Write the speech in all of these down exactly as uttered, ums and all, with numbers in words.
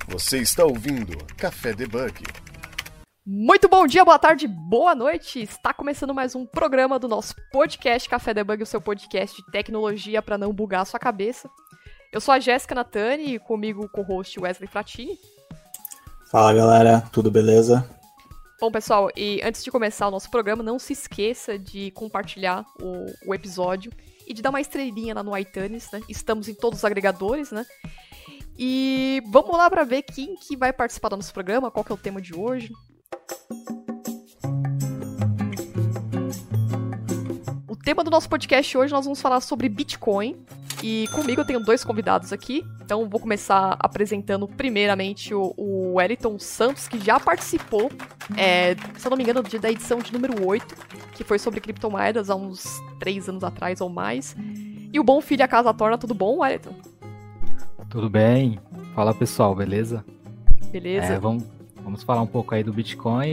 Você está ouvindo Café Debug. Muito bom dia, boa tarde, boa noite. Está começando mais um programa do nosso podcast Café Debug, o seu podcast de tecnologia para não bugar a sua cabeça. Eu sou a Jéssica Natani e comigo o co-host Wesley Fratini. Fala galera, tudo beleza? Bom pessoal, e antes de começar o nosso programa, não se esqueça de compartilhar o, o episódio e de dar uma estrelinha lá no iTunes, né? Estamos em todos os agregadores, né? E vamos lá para ver quem que vai participar do nosso programa, qual que é o tema de hoje. O tema do nosso podcast hoje nós vamos falar sobre Bitcoin. E comigo eu tenho dois convidados aqui. Então vou começar apresentando primeiramente o, o Wellington Santos, que já participou, é, se eu não me engano, de, da edição de número oito, que foi sobre criptomoedas há uns três anos atrás ou mais. E o Bom Filho a Casa Torna, tudo bom, Wellington? Tudo bem? Fala pessoal, beleza? Beleza. É, vamos, vamos falar um pouco aí do Bitcoin.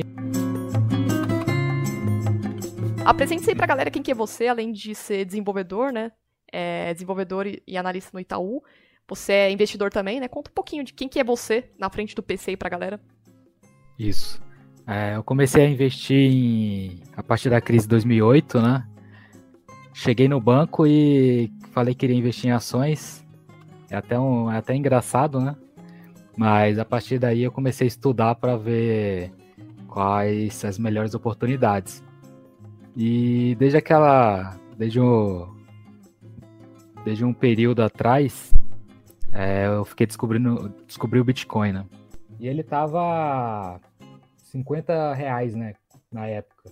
Apresente-se aí pra galera quem que é você, além de ser desenvolvedor, né? É desenvolvedor e analista no Itaú. Você é investidor também, né? Conta um pouquinho de quem que é você na frente do P C aí pra galera. Isso. É, eu comecei a investir em, a partir da crise de dois mil e oito, né? Cheguei no banco e falei que queria investir em ações. É até, um, é até engraçado, né? Mas a partir daí eu comecei a estudar para ver quais as melhores oportunidades. E desde aquela... Desde o... Desde um período atrás, é, eu fiquei descobrindo descobri o Bitcoin, né? E ele tava cinquenta reais, né, na época.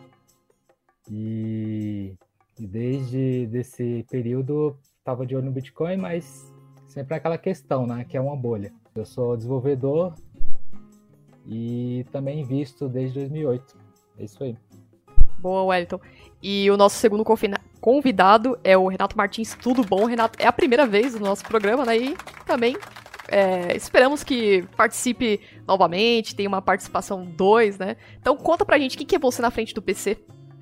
E, e desde esse período, tava de olho no Bitcoin, mas sempre aquela questão, né, que é uma bolha. Eu sou desenvolvedor e também invisto desde dois mil e oito. É isso aí. Boa, Wellington. E o nosso segundo confina- convidado é o Renato Martins. Tudo bom, Renato? É a primeira vez no nosso programa, né? E também é, esperamos que participe novamente, tenha uma participação dois, né? Então conta pra gente, quem que é você na frente do P C?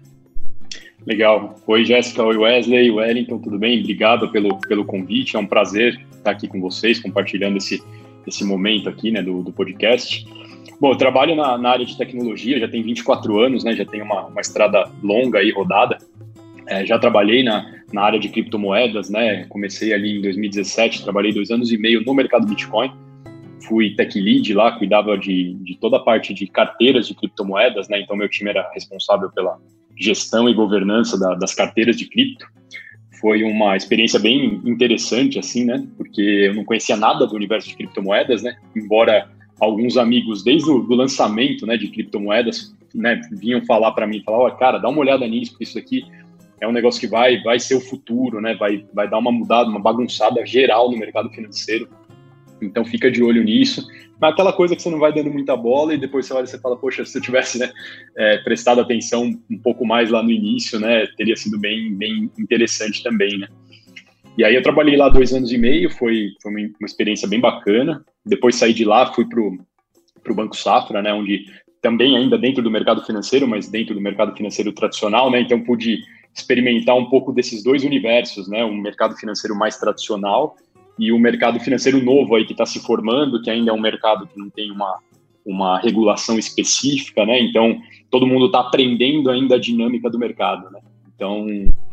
Legal. Oi, Jéssica. Oi, Wesley. Wellington, tudo bem? Obrigado pelo, pelo convite. É um prazer estar aqui com vocês, compartilhando esse, esse momento aqui, né, do, do podcast. Bom, eu trabalho na, na área de tecnologia, já tenho vinte e quatro anos, né? Já tenho uma, uma estrada longa aí rodada. É, já trabalhei na, na área de criptomoedas, né? Comecei ali em dois mil e dezessete, trabalhei dois anos e meio no mercado Bitcoin. Fui tech lead lá, cuidava de, de toda a parte de carteiras de criptomoedas, né? Então, meu time era responsável pela gestão e governança da, das carteiras de cripto. Foi uma experiência bem interessante, assim, né? Porque eu não conhecia nada do universo de criptomoedas, né? Embora alguns amigos, desde o do lançamento, né, de criptomoedas, né, vinham falar para mim, falar, ó, cara, dá uma olhada nisso, porque isso aqui é um negócio que vai, vai ser o futuro, né, vai, vai dar uma mudada, uma bagunçada geral no mercado financeiro. Então fica de olho nisso. Mas aquela coisa que você não vai dando muita bola e depois você olha e você fala, poxa, se eu tivesse, né, é, prestado atenção um pouco mais lá no início, né, teria sido bem, bem interessante também, né. E aí eu trabalhei lá dois anos e meio, foi, foi uma, uma experiência bem bacana. Depois saí de lá, fui para o Banco Safra, né, onde também ainda dentro do mercado financeiro, mas dentro do mercado financeiro tradicional, né, então pude experimentar um pouco desses dois universos, né, um mercado financeiro mais tradicional e o mercado financeiro novo aí que está se formando, que ainda é um mercado que não tem uma, uma regulação específica, né, então todo mundo está aprendendo ainda a dinâmica do mercado, né, então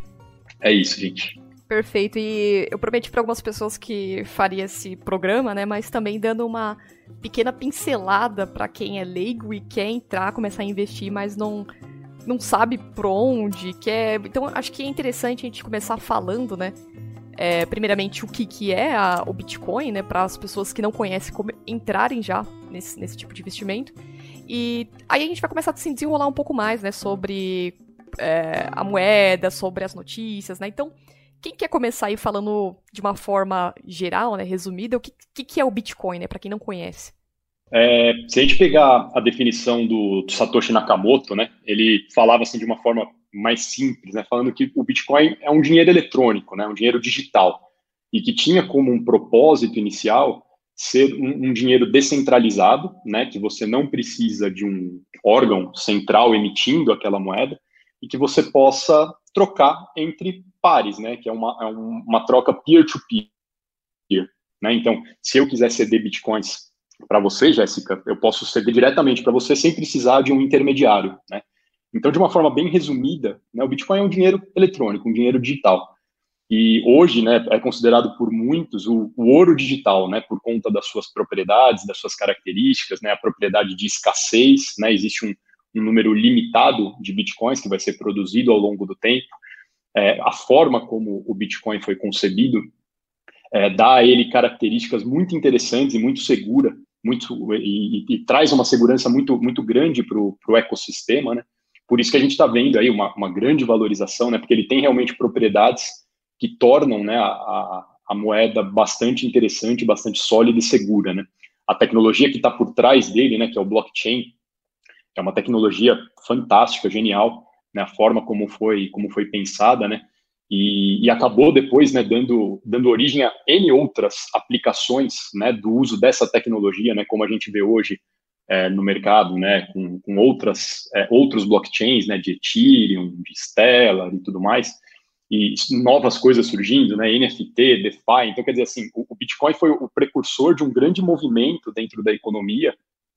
é isso, gente. Perfeito, e eu prometi para algumas pessoas que faria esse programa, né, mas também dando uma pequena pincelada para quem é leigo e quer entrar, começar a investir, mas não, não sabe por onde, quer... Então, acho que é interessante a gente começar falando, né, é, primeiramente, o que, que é a, o Bitcoin, né, para as pessoas que não conhecem, como entrarem já nesse, nesse tipo de investimento, e aí a gente vai começar a se desenrolar um pouco mais, né, sobre é, a moeda, sobre as notícias, né, então... Quem quer começar aí falando de uma forma geral, né, resumida, o que, que, que é o Bitcoin, né, para quem não conhece? É, se a gente pegar a definição do, do Satoshi Nakamoto, né, ele falava assim de uma forma mais simples, né, falando que o Bitcoin é um dinheiro eletrônico, né, um dinheiro digital, e que tinha como um propósito inicial ser um, um dinheiro descentralizado, né, que você não precisa de um órgão central emitindo aquela moeda, e que você possa trocar entre pares, né, que é uma, é uma troca peer-to-peer, né, então, se eu quiser ceder bitcoins para você, Jéssica, eu posso ceder diretamente para você sem precisar de um intermediário, né? Então, de uma forma bem resumida, né, o Bitcoin é um dinheiro eletrônico, um dinheiro digital. E hoje, né, é considerado por muitos o, o ouro digital, né, por conta das suas propriedades, das suas características, né, a propriedade de escassez, né, existe um, um número limitado de Bitcoins que vai ser produzido ao longo do tempo. É, a forma como o Bitcoin foi concebido é, dá a ele características muito interessantes e muito segura, muito, e, e, e traz uma segurança muito, muito grande para o ecossistema, né? Por isso que a gente está vendo aí uma, uma grande valorização, né? Porque ele tem realmente propriedades que tornam, né, a, a, a moeda bastante interessante, bastante sólida e segura, né? A tecnologia que está por trás dele, né, que é o blockchain, é uma tecnologia fantástica, genial, né? A forma como foi, como foi pensada, né? E, e acabou depois, né, dando, dando origem a N outras aplicações, né, do uso dessa tecnologia, né, como a gente vê hoje é, no mercado, né, com, com outras, é, outros blockchains, né, de Ethereum, de Stellar e tudo mais, e novas coisas surgindo, né, N F T, DeFi. Então, quer dizer assim, o, o Bitcoin foi o precursor de um grande movimento dentro da economia,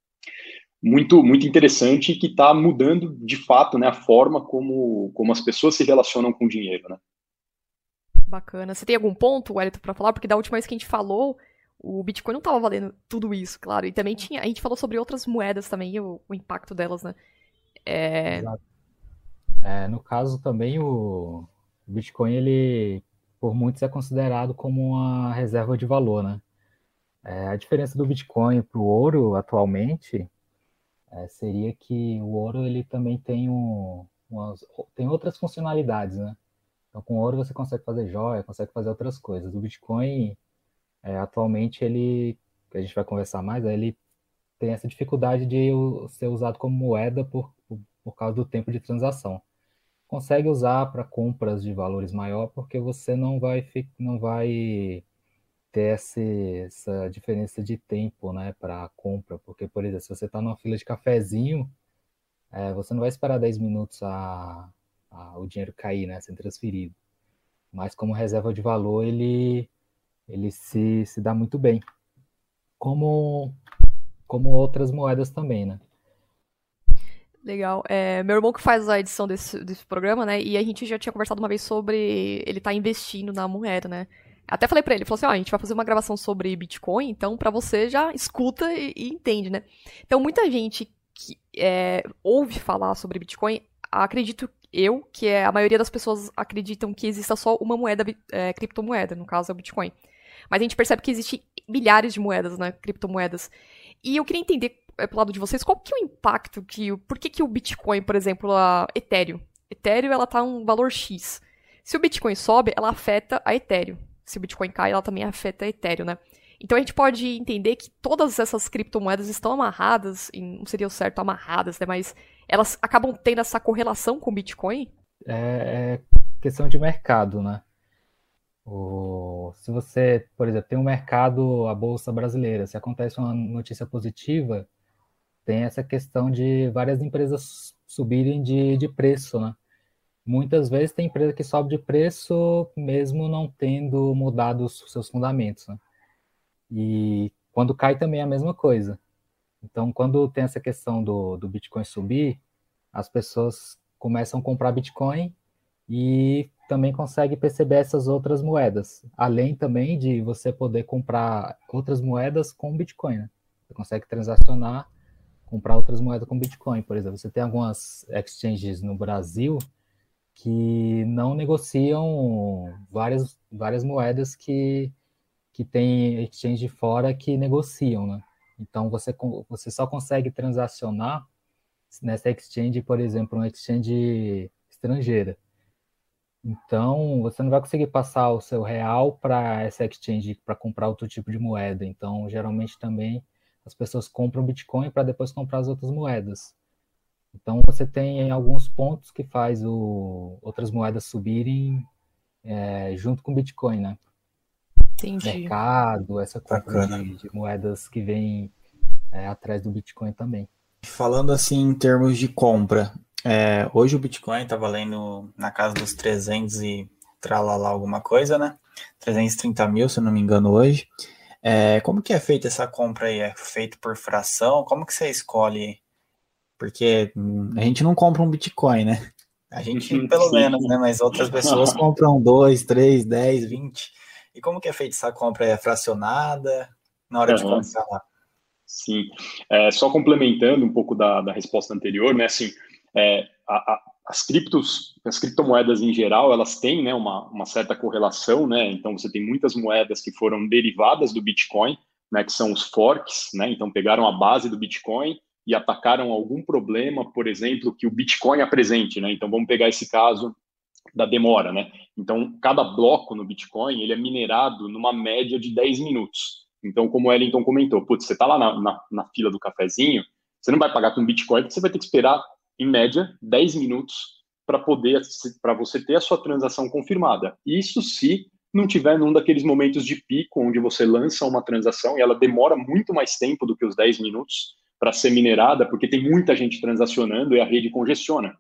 muito, muito interessante, que está mudando, de fato, né, a forma como, como as pessoas se relacionam com o dinheiro, né. Bacana. Você tem algum ponto, Wellington, para falar? Porque da última vez que a gente falou, o Bitcoin não estava valendo tudo isso, claro. E também tinha, a gente falou sobre outras moedas também, e o, o impacto delas, né? É... Exato. É, no caso também, o Bitcoin, ele, por muitos, é considerado como uma reserva de valor, né? É, a diferença do Bitcoin para o ouro, atualmente, é, seria que o ouro, ele também tem, um, umas, tem outras funcionalidades, né? Então, com ouro você consegue fazer joia, consegue fazer outras coisas. O Bitcoin, é, atualmente, ele, a gente vai conversar mais, ele tem essa dificuldade de ser usado como moeda por, por, por causa do tempo de transação. Consegue usar para compras de valores maior, porque você não vai, não vai ter essa, essa diferença de tempo, né, para compra. Porque, por exemplo, se você está numa fila de cafezinho, é, você não vai esperar dez minutos a Ah, o dinheiro cair, né, ser transferido. Mas como reserva de valor, ele, ele se, se dá muito bem. Como, como outras moedas também, né? Legal. É, meu irmão que faz a edição desse, desse programa, né, e a gente já tinha conversado uma vez sobre ele tá investindo na moeda, né. Até falei pra ele, ele falou assim, ó, oh, a gente vai fazer uma gravação sobre Bitcoin, então pra você já escuta e, e entende, né. Então muita gente que é, ouve falar sobre Bitcoin, acredito eu, que é, a maioria das pessoas acreditam que exista só uma moeda, é, criptomoeda, no caso é o Bitcoin. Mas a gente percebe que existem milhares de moedas, né, criptomoedas. E eu queria entender, é, pro lado de vocês, qual que é o impacto, que, por que que o Bitcoin, por exemplo, a Ethereum, Ethereum, ela tá um valor X. Se o Bitcoin sobe, ela afeta a Ethereum. Se o Bitcoin cai, ela também afeta a Ethereum, né. Então a gente pode entender que todas essas criptomoedas estão amarradas, não seria o certo amarradas, né, mas elas acabam tendo essa correlação com o Bitcoin? É, é questão de mercado, né? O, se você, por exemplo, tem um mercado, a Bolsa Brasileira, se acontece uma notícia positiva, tem essa questão de várias empresas subirem de, de preço, né? Muitas vezes tem empresa que sobe de preço mesmo não tendo mudado os seus fundamentos, né? E quando cai também é a mesma coisa. Então, quando tem essa questão do, do Bitcoin subir, as pessoas começam a comprar Bitcoin e também conseguem perceber essas outras moedas. Além também de você poder comprar outras moedas com Bitcoin, né? Você consegue transacionar, comprar outras moedas com Bitcoin. Por exemplo, você tem algumas exchanges no Brasil que não negociam várias, várias moedas que, que tem exchange de fora que negociam, né? Então, você, você só consegue transacionar nessa exchange, por exemplo, uma exchange estrangeira. Então, você não vai conseguir passar o seu real para essa exchange para comprar outro tipo de moeda. Então, geralmente também as pessoas compram Bitcoin para depois comprar as outras moedas. Então, você tem alguns pontos que faz o, outras moedas subirem é, junto com o Bitcoin, né? Entendi. Mercado, essa compra de, de moedas que vem é, atrás do Bitcoin também. Falando assim em termos de compra, é, hoje o Bitcoin está valendo na casa dos trezentos e tralalá alguma coisa, né? trezentos e trinta mil, se eu não me engano, hoje. É, como que é feita essa compra aí? É feito por fração? Como que você escolhe? Porque hum, a gente não compra um Bitcoin, né? A gente, pelo Sim. menos, né? Mas outras pessoas compram dois, três, dez, vinte. E como que é feita essa compra? É fracionada na hora de Aham. comprar lá? Sim, é, só complementando um pouco da, da resposta anterior, né, assim, é, a, a, as criptos, as criptomoedas em geral, elas têm, né, uma, uma certa correlação, né, então você tem muitas moedas que foram derivadas do Bitcoin, né, que são os forks, né, então pegaram a base do Bitcoin e atacaram algum problema, por exemplo, que o Bitcoin apresente, né, então vamos pegar esse caso da demora, né, então cada bloco no Bitcoin, ele é minerado numa média de dez minutos. Então, como o Wellington comentou, putz, você está lá na, na, na fila do cafezinho, você não vai pagar com Bitcoin, porque você vai ter que esperar, em média, dez minutos para poder, para você ter a sua transação confirmada. Isso se não tiver num daqueles momentos de pico, onde você lança uma transação e ela demora muito mais tempo do que os dez minutos para ser minerada, porque tem muita gente transacionando e a rede congestiona.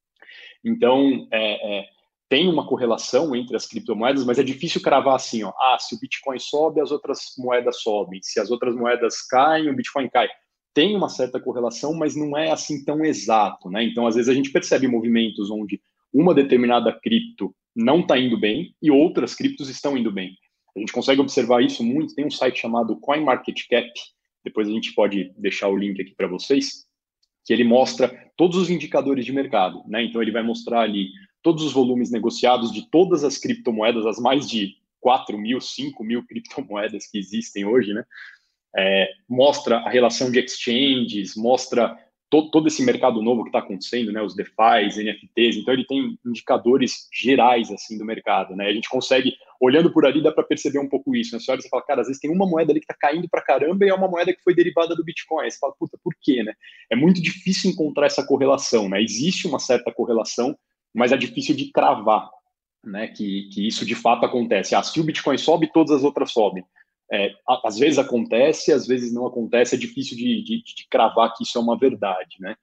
Então, é, é, tem uma correlação entre as criptomoedas, mas é difícil cravar assim, ó, ah, se o Bitcoin sobe, as outras moedas sobem, se as outras moedas caem, o Bitcoin cai. Tem uma certa correlação, mas não é assim tão exato, né? Então, às vezes a gente percebe movimentos onde uma determinada cripto não está indo bem e outras criptos estão indo bem. A gente consegue observar isso muito, tem um site chamado CoinMarketCap, depois a gente pode deixar o link aqui para vocês, que ele mostra todos os indicadores de mercado, né? Então ele vai mostrar ali todos os volumes negociados de todas as criptomoedas, as mais de quatro mil, cinco mil criptomoedas que existem hoje, né? É, mostra a relação de exchanges, mostra to, todo esse mercado novo que está acontecendo, né? Os DeFis, N F Ts, então ele tem indicadores gerais, assim, do mercado, né? A gente consegue, olhando por ali, dá para perceber um pouco isso, né? Você olha e você fala, cara, às vezes tem uma moeda ali que está caindo para caramba e é uma moeda que foi derivada do Bitcoin. Aí você fala, puta, por quê, né? É muito difícil encontrar essa correlação, né? Existe uma certa correlação, mas é difícil de cravar, né? Que, que isso de fato acontece. Ah, se o Bitcoin sobe, todas as outras sobem. É, às vezes acontece, às vezes não acontece, é difícil de, de, de cravar que isso é uma verdade, né?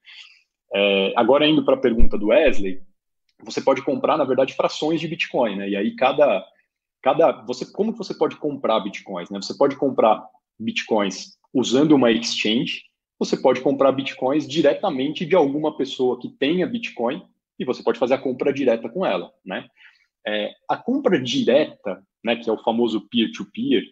É, agora, indo para a pergunta do Wesley, você pode comprar, na verdade, frações de Bitcoin, né? E aí, cada... cada você, como que você pode comprar Bitcoins, né? Você pode comprar Bitcoins usando uma exchange, você pode comprar Bitcoins diretamente de alguma pessoa que tenha Bitcoin e você pode fazer a compra direta com ela, né? É, a compra direta, né, que é o famoso peer-to-peer,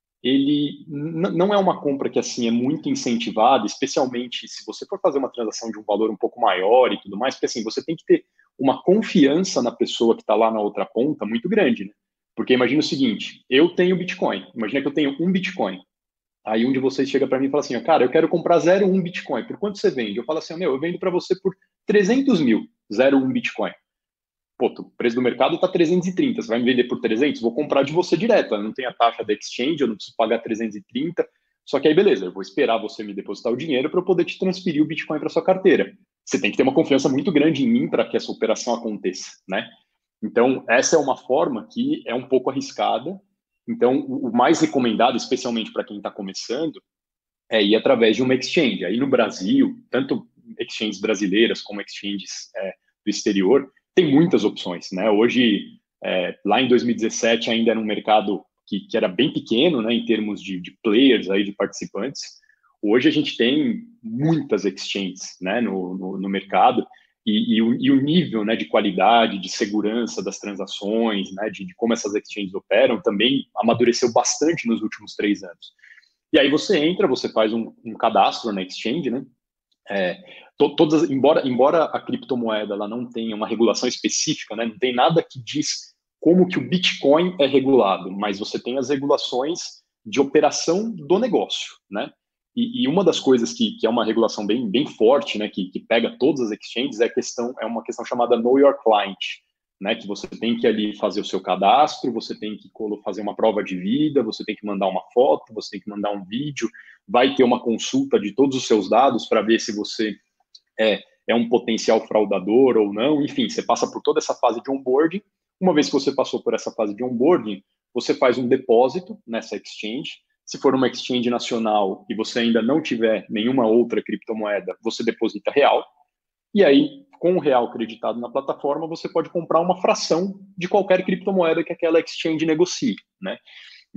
ele não é uma compra que, assim, é muito incentivada, especialmente se você for fazer uma transação de um valor um pouco maior e tudo mais, porque, assim, você tem que ter uma confiança na pessoa que está lá na outra ponta muito grande, né? Porque imagina o seguinte, eu tenho Bitcoin, imagina que eu tenho um Bitcoin, aí um de vocês chega para mim e fala assim, cara, eu quero comprar zero vírgula um Bitcoin, por quanto você vende? Eu falo assim, meu, eu vendo para você por trezentos mil, zero vírgula um Bitcoin. Pô, o preço do mercado está trezentos e trinta, você vai me vender por trezentos? Vou comprar de você direto, não tem a taxa da exchange, eu não preciso pagar trezentos e trinta, só que aí beleza, eu vou esperar você me depositar o dinheiro para eu poder te transferir o Bitcoin para sua carteira. Você tem que ter uma confiança muito grande em mim para que essa operação aconteça, né? Então, essa é uma forma que é um pouco arriscada. Então, o mais recomendado, especialmente para quem está começando, é ir através de uma exchange. Aí no Brasil, tanto exchanges brasileiras como exchanges é, do exterior, tem muitas opções, né? Hoje, é, lá em dois mil e dezessete, ainda era um mercado que, que era bem pequeno, né, em termos de, de players, aí, de participantes. Hoje a gente tem muitas exchanges, né, no, no, no mercado, e, e, o, e o nível, né, de qualidade, de segurança das transações, né, de, de como essas exchanges operam, também amadureceu bastante nos últimos três anos. E aí você entra, você faz um, um cadastro na exchange, né? É, to, todas, embora, embora a criptomoeda ela não tenha uma regulação específica, né? Não tem nada que diz como que o Bitcoin é regulado, mas você tem as regulações de operação do negócio, né? E, e uma das coisas que, que é uma regulação bem, bem forte, né? Que, que pega todas as exchanges é a questão, é uma questão chamada Know Your Client, né, que você tem que ali fazer o seu cadastro, você tem que fazer uma prova de vida, você tem que mandar uma foto, você tem que mandar um vídeo, vai ter uma consulta de todos os seus dados para ver se você é, é um potencial fraudador ou não, enfim, você passa por toda essa fase de onboarding. Uma vez que você passou por essa fase de onboarding, você faz um depósito nessa exchange. Se for uma exchange nacional e você ainda não tiver nenhuma outra criptomoeda, você deposita real, e aí, com o real creditado na plataforma, você pode comprar uma fração de qualquer criptomoeda que aquela exchange negocie, né?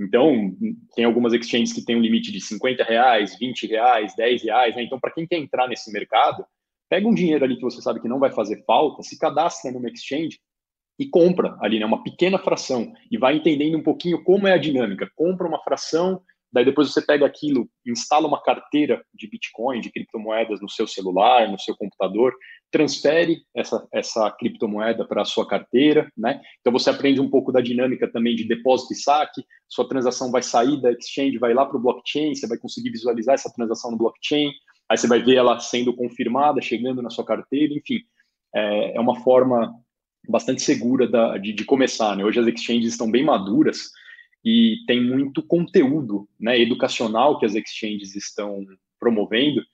Então, tem algumas exchanges que têm um limite de cinquenta reais, vinte reais, dez reais, né? Então, para quem quer entrar nesse mercado, pega um dinheiro ali que você sabe que não vai fazer falta, se cadastra numa exchange e compra ali, né, uma pequena fração, e vai entendendo um pouquinho como é a dinâmica. Compra uma fração, daí depois você pega aquilo, instala uma carteira de Bitcoin, de criptomoedas no seu celular, no seu computador, transfere essa, essa criptomoeda para a sua carteira, né? Então você aprende um pouco da dinâmica também de depósito e saque, sua transação vai sair da exchange, vai lá para o blockchain, você vai conseguir visualizar essa transação no blockchain, aí você vai ver ela sendo confirmada, chegando na sua carteira, enfim, é, é uma forma bastante segura da, de, de começar, né? Hoje as exchanges estão bem maduras e tem muito conteúdo, né, educacional que as exchanges estão promovendo,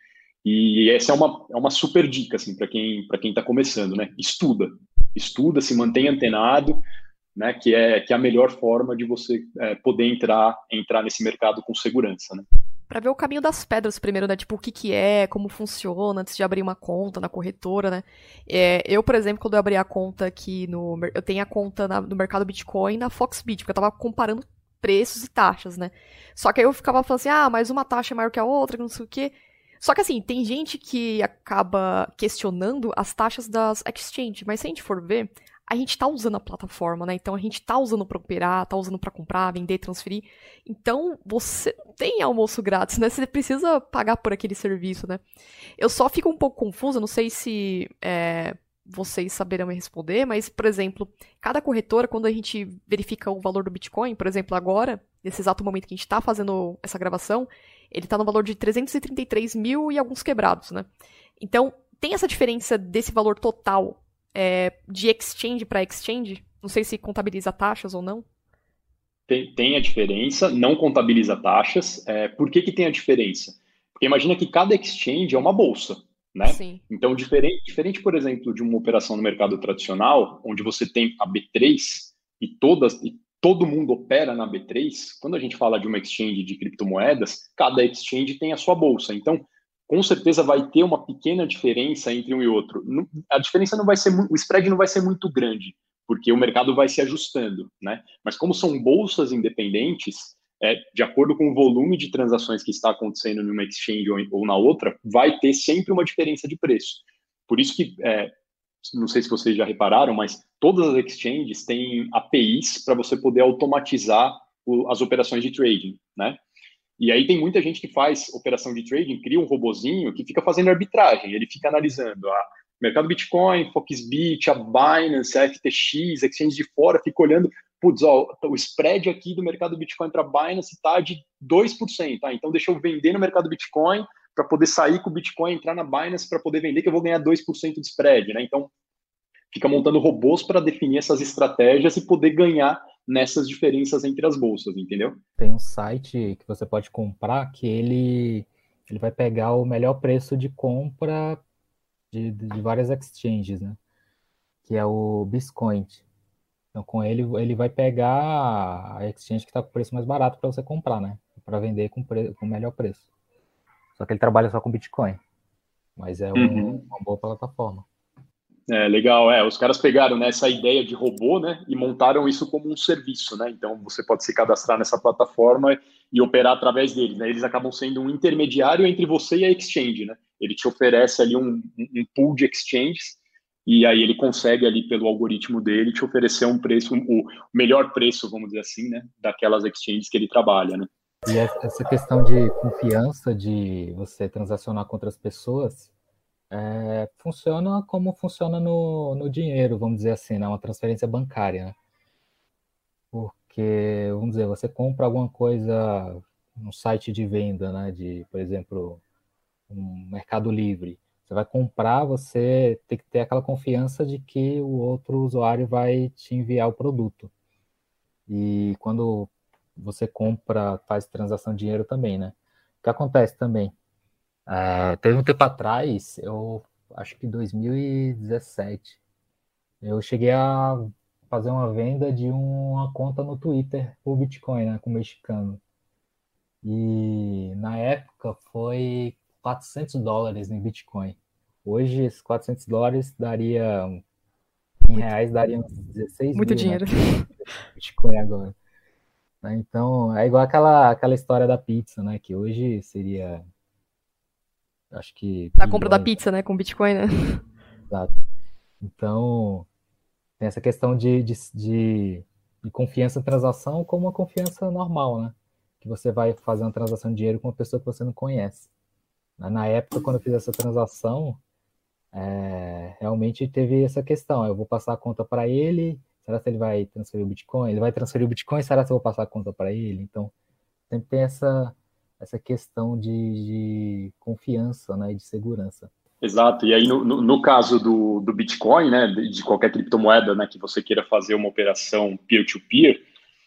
e essa é uma, é uma super dica assim, para quem para quem está começando, né? Estuda, estuda, se mantém antenado, né, que é, que é a melhor forma de você é, poder entrar, entrar nesse mercado com segurança, né? Pra ver o caminho das pedras primeiro, né? Tipo, o que que é, como funciona, antes de abrir uma conta na corretora, né? É, eu, por exemplo, quando eu abri a conta aqui no... Eu tenho a conta na, no mercado Bitcoin na Foxbit, porque eu tava comparando preços e taxas, né? Só que aí eu ficava falando assim, ah, mas uma taxa é maior que a outra, que não sei o quê. Só que assim, tem gente que acaba questionando as taxas das exchanges, mas se a gente for ver, a gente tá usando a plataforma, né? Então a gente tá usando pra operar, tá usando pra comprar, vender, transferir. Então você não tem almoço grátis, né? Você precisa pagar por aquele serviço, né? Eu só fico um pouco confusa, não sei se é, vocês saberão me responder, mas, por exemplo, cada corretora, quando a gente verifica o valor do Bitcoin, por exemplo, agora, nesse exato momento que a gente tá fazendo essa gravação, ele tá no valor de trezentos e trinta e três mil e alguns quebrados, né? Então, tem essa diferença desse valor total É, de exchange para exchange? Não sei se contabiliza taxas ou não. Tem, tem a diferença, não contabiliza taxas. É, por que que tem a diferença? Porque imagina que cada exchange é uma bolsa, né? Sim. Então, diferente, diferente, por exemplo, de uma operação no mercado tradicional, onde você tem a B três e, todas, e todo mundo opera na B três, quando a gente fala de uma exchange de criptomoedas, cada exchange tem a sua bolsa. Então, com certeza vai ter uma pequena diferença entre um e outro. A diferença não vai ser, o spread não vai ser muito grande, porque o mercado vai se ajustando, né? Mas como são bolsas independentes, é, de acordo com o volume de transações que está acontecendo numa exchange ou, ou na outra, vai ter sempre uma diferença de preço. Por isso que, é, não sei se vocês já repararam, mas todas as exchanges têm A P Is para você poder automatizar o, as operações de trading, né? E aí tem muita gente que faz operação de trading, cria um robozinho que fica fazendo arbitragem, ele fica analisando a mercado Bitcoin, Foxbit, a Binance, a F T X, exchange de fora, fica olhando, putz, ó, o spread aqui do mercado Bitcoin para Binance está de dois por cento, tá? Então deixa eu vender no mercado Bitcoin para poder sair com o Bitcoin, entrar na Binance para poder vender, que eu vou ganhar dois por cento de spread, né? Então fica montando robôs para definir essas estratégias e poder ganhar nessas diferenças entre as bolsas, entendeu? Tem um site que você pode comprar que ele, ele vai pegar o melhor preço de compra de, de várias exchanges, né? Que é o Biscoint. Então, com ele, ele vai pegar a exchange que está com o preço mais barato para você comprar, né? Para vender com, pre, com o melhor preço. Só que ele trabalha só com Bitcoin. Mas é um, uhum. uma boa plataforma. É, legal, é, os caras pegaram, né, essa ideia de robô, né, e montaram isso como um serviço, né, então você pode se cadastrar nessa plataforma e operar através deles, né, eles acabam sendo um intermediário entre você e a exchange, né, ele te oferece ali um, um pool de exchanges e aí ele consegue ali pelo algoritmo dele te oferecer um preço, um, o melhor preço, vamos dizer assim, né, daquelas exchanges que ele trabalha, né. E essa questão de confiança, de você transacionar com outras pessoas, É, funciona como funciona no, no dinheiro, vamos dizer assim, né? Uma transferência bancária, né? Porque, vamos dizer, você compra alguma coisa no site de venda, né? De, por exemplo, um Mercado Livre. Você vai comprar, você tem que ter aquela confiança de que o outro usuário vai te enviar o produto. E quando você compra, faz transação de dinheiro também, né? O que acontece também? É, teve um tempo atrás, eu acho que em dois mil e dezessete, eu cheguei a fazer uma venda de uma conta no Twitter por Bitcoin, né, com o mexicano. E na época foi quatrocentos dólares em Bitcoin. Hoje, esses quatrocentos dólares daria, em reais, daria uns dezesseis Muito mil, dinheiro. Né, Bitcoin agora. né? Então, é igual aquela, aquela história da pizza, né? Que hoje seria, acho que Da compra da bilhões, pizza, né? Com Bitcoin, né? exato. Então, tem essa questão de, de, de, de confiança em transação como uma confiança normal, né? Que você vai fazer uma transação de dinheiro com uma pessoa que você não conhece. Na época, quando eu fiz essa transação, é, realmente teve essa questão. Eu vou passar a conta para ele, será que ele vai transferir o Bitcoin? Ele vai transferir o Bitcoin, será que eu vou passar a conta para ele? Então, sempre tem essa, essa questão de, de confiança, né, e de segurança. Exato, e aí no, no, no caso do, do Bitcoin, né, de, de qualquer criptomoeda, né, que você queira fazer uma operação peer-to-peer,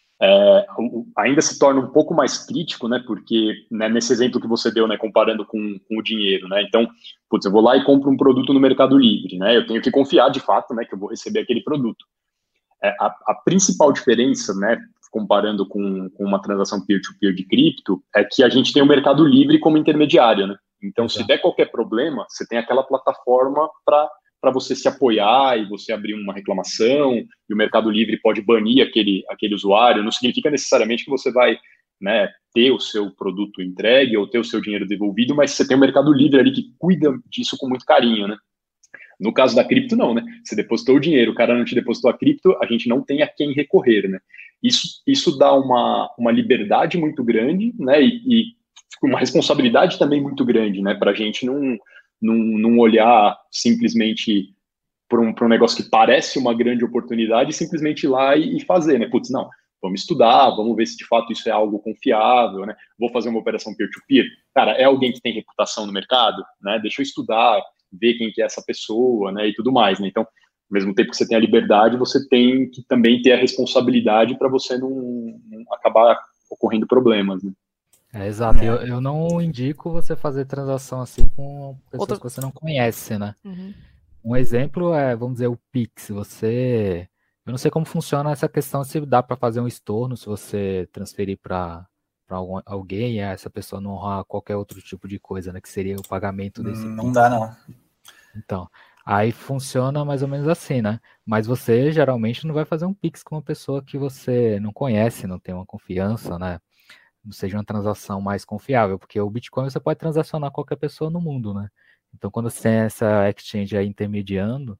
é, o- ainda se torna um pouco mais crítico, né, porque né, nesse exemplo que você deu, né, comparando com, com o dinheiro, né, então, putz, eu vou lá e compro um produto no Mercado Livre, né, eu tenho que confiar de fato, né, que eu vou receber aquele produto. É, a, a principal diferença, né, comparando com, com uma transação peer-to-peer de cripto, é que a gente tem o Mercado Livre como intermediário, né? Então, se Exato. der qualquer problema, você tem aquela plataforma para para você se apoiar e você abrir uma reclamação, e o Mercado Livre pode banir aquele, aquele usuário. Não significa necessariamente que você vai, né, ter o seu produto entregue ou ter o seu dinheiro devolvido, mas você tem o Mercado Livre ali que cuida disso com muito carinho, né? No caso da cripto, não, né? Você depositou o dinheiro, o cara não te depositou a cripto, a gente não tem a quem recorrer, né? Isso, isso dá uma, uma liberdade muito grande, né? E, e uma responsabilidade também muito grande, né? Para a gente não, não, não olhar simplesmente para um, para um negócio que parece uma grande oportunidade e simplesmente ir lá e, e fazer, né? Putz, não, vamos estudar, vamos ver se de fato isso é algo confiável, né? Vou fazer uma operação peer-to-peer. Cara, é alguém que tem reputação no mercado, né? Deixa eu estudar, ver quem que é essa pessoa, né, e tudo mais, né? Então, ao mesmo tempo que você tem a liberdade, você tem que também ter a responsabilidade para você não, não acabar ocorrendo problemas, né? É, exato. Eu, eu não indico você fazer transação assim com pessoas Outra- que você não conhece, né? Uhum. Um exemplo é, vamos dizer, o Pix. Você, eu não sei como funciona essa questão, se dá para fazer um estorno, se você transferir para para alguém e essa pessoa não honrar qualquer outro tipo de coisa, né? Que seria o pagamento desse Não Pix. dá, não. Então, aí funciona mais ou menos assim, né? Mas você geralmente não vai fazer um Pix com uma pessoa que você não conhece, não tem uma confiança, né? Não seja uma transação mais confiável, porque o Bitcoin você pode transacionar qualquer pessoa no mundo, né? Então, quando você tem essa exchange aí intermediando,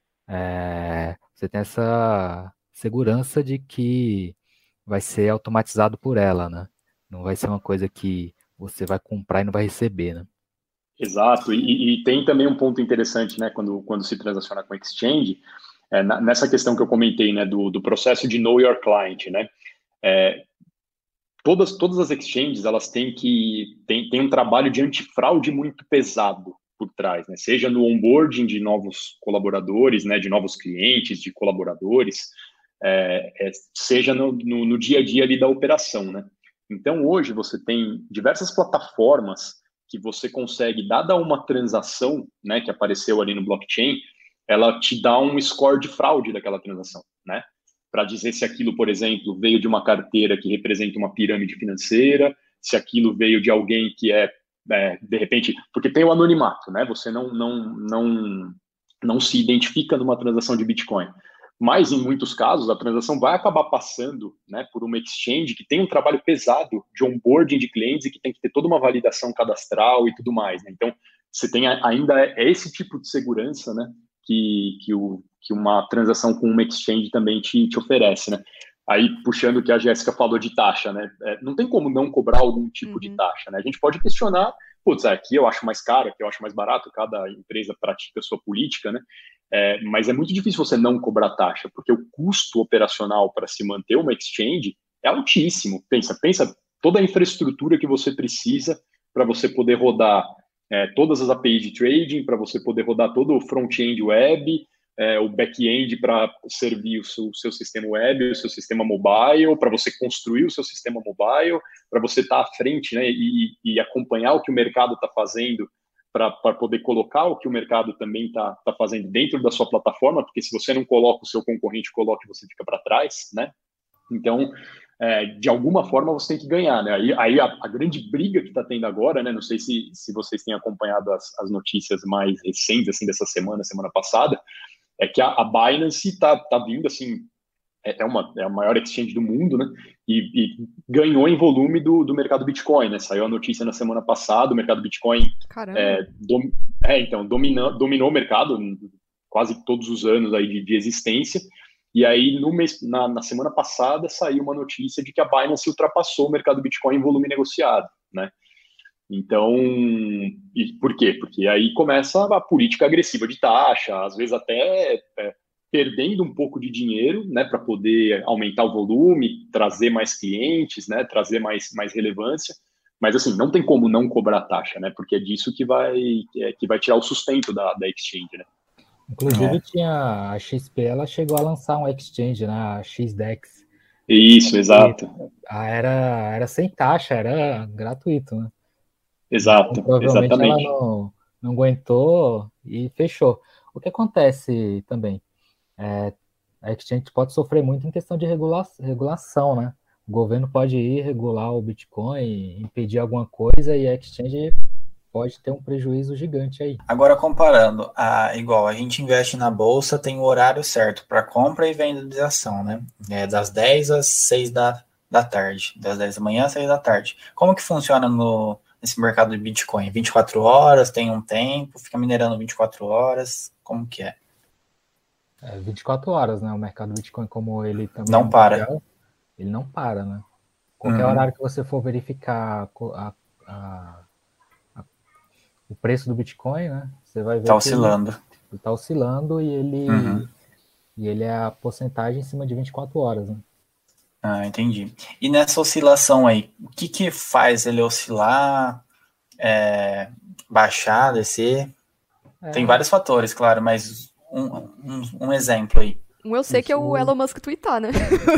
é, você tem essa segurança de que vai ser automatizado por ela, né? Não vai ser uma coisa que você vai comprar e não vai receber, né? Exato, e, e tem também um ponto interessante, né, quando, quando se transaciona com exchange, é, na, nessa questão que eu comentei, né, do, do processo de know your client, né, é, todas, todas as exchanges, elas têm que, tem, tem um trabalho de antifraude muito pesado por trás, né, seja no onboarding de novos colaboradores, né, de novos clientes, de colaboradores, é, é, seja no, no, no dia a dia ali da operação, né. Então, hoje, você tem diversas plataformas que você consegue, dada uma transação, né, que apareceu ali no blockchain, ela te dá um score de fraude daquela transação, né? Para dizer se aquilo, por exemplo, veio de uma carteira que representa uma pirâmide financeira, se aquilo veio de alguém que é, é de repente, porque tem o anonimato, né? Você não, não, não, não se identifica numa transação de Bitcoin. Mas, em muitos casos, a transação vai acabar passando, né, por uma exchange que tem um trabalho pesado de onboarding de clientes e que tem que ter toda uma validação cadastral e tudo mais, né? Então, você tem ainda é esse tipo de segurança, né, que, que, o, que uma transação com uma exchange também te, te oferece, né? Aí, puxando o que a Jéssica falou de taxa, né? É, não tem como não cobrar algum tipo Uhum. de taxa, né? A gente pode questionar, putz, aqui eu acho mais caro, aqui eu acho mais barato, cada empresa pratica a sua política, né? É, mas é muito difícil você não cobrar taxa, porque o custo operacional para se manter uma exchange é altíssimo. Pensa, pensa toda a infraestrutura que você precisa para você poder rodar é, todas as A P Is de trading, para você poder rodar todo o front-end web, é, o back-end para servir o seu, o seu sistema web, o seu sistema mobile, para você construir o seu sistema mobile, para você estar tá à frente, né, e, e acompanhar o que o mercado está fazendo, para poder colocar o que o mercado também está tá fazendo dentro da sua plataforma, porque se você não coloca, o seu concorrente coloca, você fica para trás, né? Então, é, de alguma forma, você tem que ganhar, né? Aí, aí a, a grande briga que está tendo agora, né? Não sei se, se vocês têm acompanhado as, as notícias mais recentes, assim, dessa semana, semana passada, é que a, a Binance está tá vindo, assim, é, é, uma, é a maior exchange do mundo, né? E, e ganhou em volume do, do mercado Bitcoin, né? Saiu a notícia na semana passada, o mercado Bitcoin é, dom, é, então, domina, dominou o mercado quase todos os anos aí de, de existência. E aí, no mês, na, na semana passada, saiu uma notícia de que a Binance ultrapassou o mercado Bitcoin em volume negociado, né? Então, e por quê? Porque aí começa a política agressiva de taxa, às vezes até é, perdendo um pouco de dinheiro, né, para poder aumentar o volume, trazer mais clientes, né, trazer mais, mais relevância. Mas, assim, não tem como não cobrar taxa, né, porque é disso que vai, é, que vai tirar o sustento da, da exchange, né. Inclusive, é. tinha a X P, ela chegou a lançar um exchange, né, a X D E X. Isso, exato. Era, era sem taxa, era gratuito, né. Exato, então, provavelmente exatamente. ela não, não aguentou e fechou. O que acontece também, é, a exchange pode sofrer muito em questão de regula regulação, né? O governo pode ir regular o Bitcoin, impedir alguma coisa e a exchange pode ter um prejuízo gigante aí. Agora, comparando, a, igual, a gente investe na bolsa, tem o horário certo para compra e venda de ação, né? É das dez às seis da, da tarde, das dez da manhã às seis da tarde. Como que funciona no, nesse mercado de Bitcoin? vinte e quatro horas, tem um tempo, fica minerando vinte e quatro horas, como que é? É vinte e quatro horas, né? O mercado do Bitcoin, como ele também não é para. Mundial, ele não para, né? Qualquer uhum. horário que você for verificar a, a, a, o preço do Bitcoin, né? Você vai ver tá oscilando. Ele, ele tá oscilando e ele, uhum. e ele é a porcentagem em cima de vinte e quatro horas, né? Ah, entendi. E nessa oscilação aí, o que que faz ele oscilar, é, baixar, descer? É. Tem vários fatores, claro, mas um, um, um exemplo aí. Um eu sei Isso. que é o Elon Musk tweetar, né?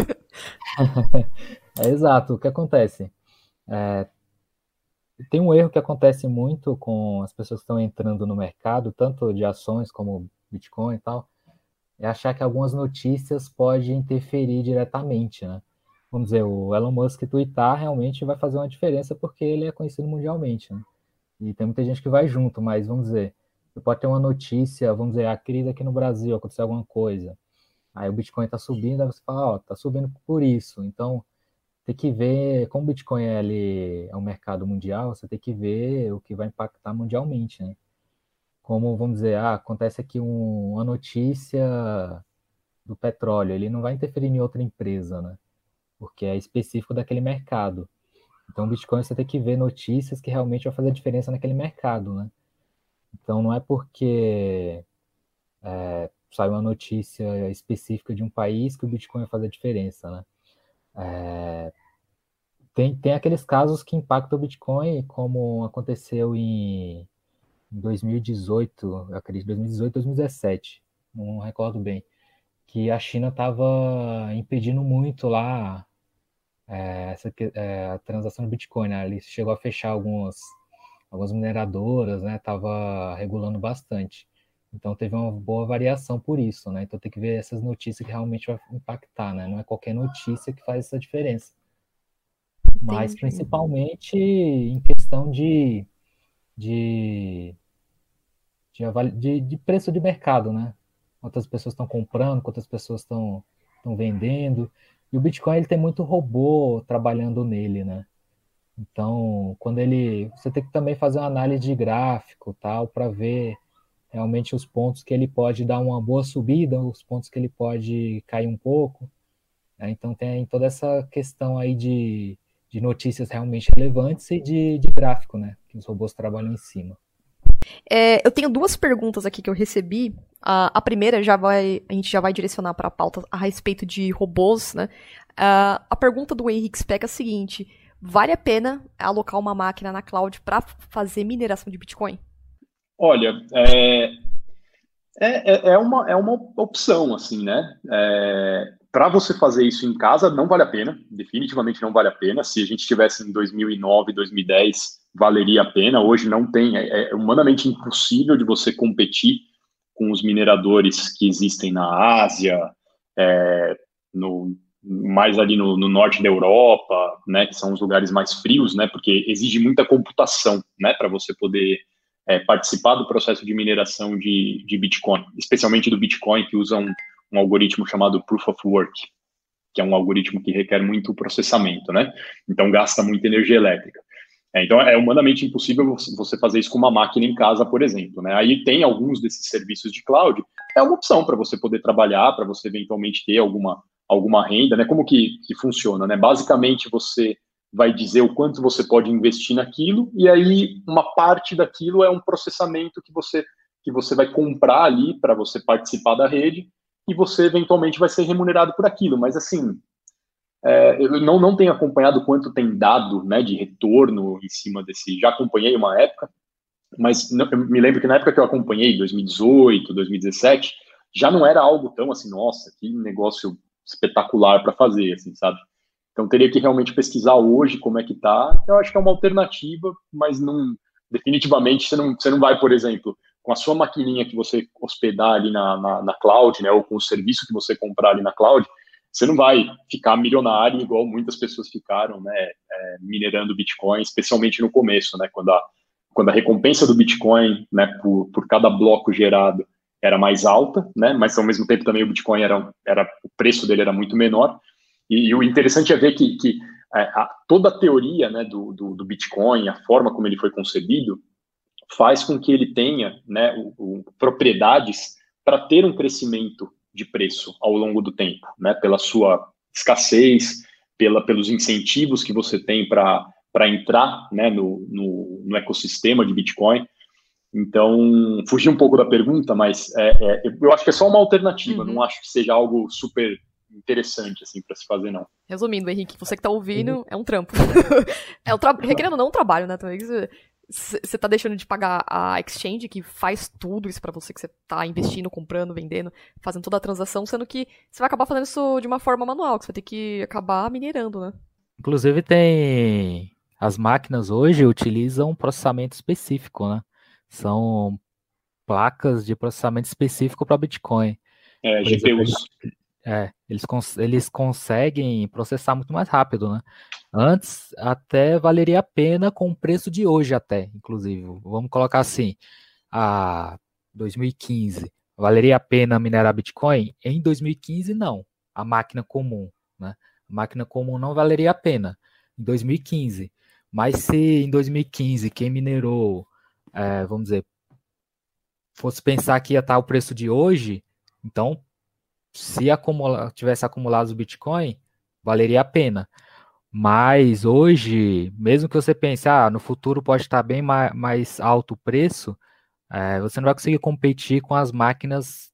É exato. O que acontece? É, tem um erro que acontece muito com as pessoas que estão entrando no mercado, tanto de ações como Bitcoin e tal, é achar que algumas notícias podem interferir diretamente, né? Vamos dizer, o Elon Musk tweetar realmente vai fazer uma diferença porque ele é conhecido mundialmente, né? E tem muita gente que vai junto, mas vamos dizer, você pode ter uma notícia, vamos dizer, a crise aqui no Brasil, aconteceu alguma coisa, aí o Bitcoin está subindo, aí você fala, ó, tá subindo por isso, então tem que ver, como o Bitcoin é, ali, é um mercado mundial, você tem que ver o que vai impactar mundialmente, né? Como, vamos dizer, ah, acontece aqui um, uma notícia do petróleo, ele não vai interferir em outra empresa, né? Porque é específico daquele mercado. Então, o Bitcoin você tem que ver notícias que realmente vão fazer a diferença naquele mercado, né? Então, não é porque é, sai uma notícia específica de um país que o Bitcoin vai fazer a diferença, né? É, tem, tem aqueles casos que impactam o Bitcoin, como aconteceu em dois mil e dezoito, eu acredito, dois mil e dezoito, dois mil e dezessete, não recordo bem, que a China estava impedindo muito lá é, essa, é, a transação do Bitcoin, né? Ele chegou a fechar algumas, algumas mineradoras, né? Tava regulando bastante. Então teve uma boa variação por isso, né? Então tem que ver essas notícias que realmente vai impactar, né? Não é qualquer notícia que faz essa diferença. Mas Entendi. Principalmente em questão de, de, de, de, de preço de mercado, né? Quantas pessoas estão comprando, quantas pessoas estão estão vendendo. E o Bitcoin ele tem muito robô trabalhando nele, né? Então, quando ele, você tem que também fazer uma análise de gráfico, tal, para ver realmente os pontos que ele pode dar uma boa subida, os pontos que ele pode cair um pouco. Né? Então, tem toda essa questão aí de, de notícias realmente relevantes e de, de gráfico, né? Que os robôs trabalham em cima. É, eu tenho duas perguntas aqui que eu recebi. Uh, a primeira já vai, a gente já vai direcionar para a pauta a respeito de robôs, né? Uh, a pergunta do Henrique Speck é a seguinte: vale a pena alocar uma máquina na cloud para fazer mineração de Bitcoin? Olha, é, é, é, uma, é uma opção, assim, né? É, para você fazer isso em casa, não vale a pena. Definitivamente não vale a pena. Se a gente estivesse em dois mil e nove, dois mil e dez, valeria a pena. Hoje não tem. É, é humanamente impossível de você competir com os mineradores que existem na Ásia, é, no, mais ali no, no norte da Europa, né, que são os lugares mais frios, né, porque exige muita computação, né, para você poder é, participar do processo de mineração de, de Bitcoin, especialmente do Bitcoin, que usa um, um algoritmo chamado Proof of Work. que é um algoritmo que requer muito processamento, né? Então gasta muita energia elétrica. É, então é humanamente impossível você fazer isso com uma máquina em casa, por exemplo, né? Aí tem alguns desses serviços de cloud, é uma opção para você poder trabalhar, para você eventualmente ter alguma, alguma renda, né? Como que, que funciona, né? Basicamente você vai dizer o quanto você pode investir naquilo, e aí uma parte daquilo é um processamento que você, que você vai comprar ali para você participar da rede, e você eventualmente vai ser remunerado por aquilo. Mas assim, é, eu não, não tenho acompanhado quanto tem dado, né, de retorno em cima desse, já acompanhei uma época, mas não, eu me lembro que na época que eu acompanhei, dois mil e dezoito, dois mil e dezessete, já não era algo tão assim, nossa, que negócio espetacular para fazer, assim, sabe? Então teria que realmente pesquisar hoje como é que tá. Eu acho que é uma alternativa, mas não, definitivamente você não, você não vai, por exemplo, com a sua maquininha que você hospedar ali na, na, na cloud, né, ou com o serviço que você comprar ali na cloud, você não vai ficar milionário igual muitas pessoas ficaram, né, é, minerando Bitcoin, especialmente no começo, né, quando a, quando a recompensa do Bitcoin, né, por, por cada bloco gerado era mais alta, né, mas ao mesmo tempo também o Bitcoin era, era o preço dele era muito menor. E, e o interessante é ver que, que é, a, toda a teoria, né, do, do, do Bitcoin, a forma como ele foi concebido, faz com que ele tenha, né, o, o, propriedades para ter um crescimento de preço ao longo do tempo, né, pela sua escassez, pela, pelos incentivos que você tem para entrar, né, no, no, no ecossistema de Bitcoin. Então, fugi um pouco da pergunta, mas é, é, eu acho que é só uma alternativa, uhum. Não acho que seja algo super interessante, assim, para se fazer, não. Resumindo, Henrique, você que tá ouvindo, uhum. é um trampo. é um tra... Requerendo não um trabalho, né, também. Você tá deixando de pagar a exchange, que faz tudo isso pra você, que você tá investindo, comprando, vendendo, fazendo toda a transação, sendo que você vai acabar fazendo isso de uma forma manual, que você vai ter que acabar minerando, né? Inclusive tem... As máquinas hoje utilizam um processamento específico, né? São placas de processamento específico para Bitcoin. É, Por G P Us. Exemplo, é, eles, cons eles conseguem processar muito mais rápido, né? Antes, até valeria a pena com o preço de hoje até, inclusive. Vamos colocar assim, a dois mil e quinze, valeria a pena minerar Bitcoin? Em dois mil e quinze, não. A máquina comum, né? A máquina comum não valeria a pena em dois mil e quinze. Mas se em dois mil e quinze quem minerou, é, vamos dizer, fosse pensar que ia estar o preço de hoje, então, se acumula, tivesse acumulado o Bitcoin, valeria a pena. Mas hoje, mesmo que você pense, ah, no futuro pode estar bem mais, mais alto o preço, é, você não vai conseguir competir com as máquinas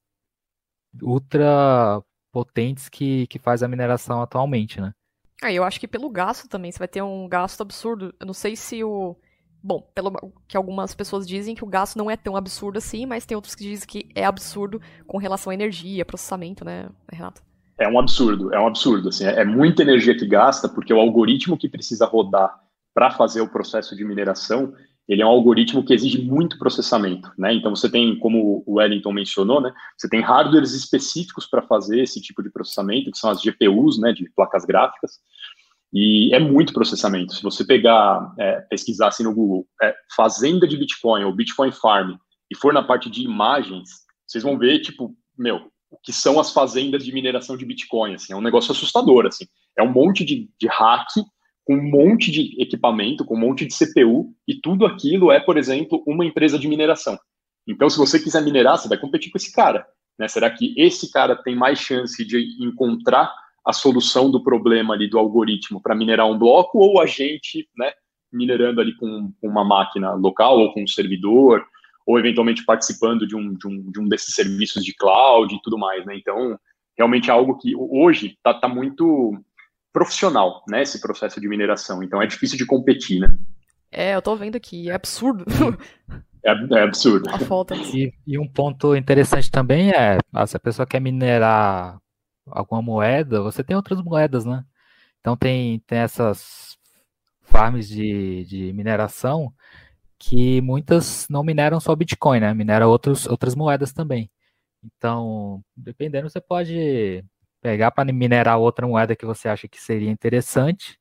ultra potentes que, que faz a mineração atualmente, né? Ah, eu acho que pelo gasto também, você vai ter um gasto absurdo. Eu não sei se o... Bom, pelo que algumas pessoas dizem que o gasto não é tão absurdo assim, mas tem outros que dizem que é absurdo com relação à energia, processamento, né, Renato? É um absurdo, é um absurdo. Assim, é muita energia que gasta, porque o algoritmo que precisa rodar para fazer o processo de mineração, ele é um algoritmo que exige muito processamento, né? Então você tem, como o Wellington mencionou, né, você tem hardwares específicos para fazer esse tipo de processamento, que são as G P Us, né, de placas gráficas. E é muito processamento. Se você pegar, é, pesquisar assim no Google, é, fazenda de Bitcoin ou Bitcoin Farm, e for na parte de imagens, vocês vão ver, tipo, meu, o que são as fazendas de mineração de Bitcoin, assim, é um negócio assustador, assim. É um monte de, de hack, com um monte de equipamento, com um monte de C P U, e tudo aquilo é, por exemplo, uma empresa de mineração. Então, se você quiser minerar, você vai competir com esse cara, né? Será que esse cara tem mais chance de encontrar a solução do problema ali do algoritmo para minerar um bloco, ou a gente, né, minerando ali com uma máquina local ou com um servidor, ou eventualmente participando de um, de um, de um desses serviços de cloud e tudo mais, né? Então, realmente é algo que hoje está tá muito profissional, né, esse processo de mineração. Então, é difícil de competir, né? É, eu tô vendo aqui, é absurdo. É, é absurdo. A falta. E, e um ponto interessante também é, se a pessoa quer minerar alguma moeda, você tem outras moedas, né? Então tem, tem essas farms de, de mineração que muitas não mineram só Bitcoin, né? Minera outros, outras moedas também. Então, dependendo, você pode pegar para minerar outra moeda que você acha que seria interessante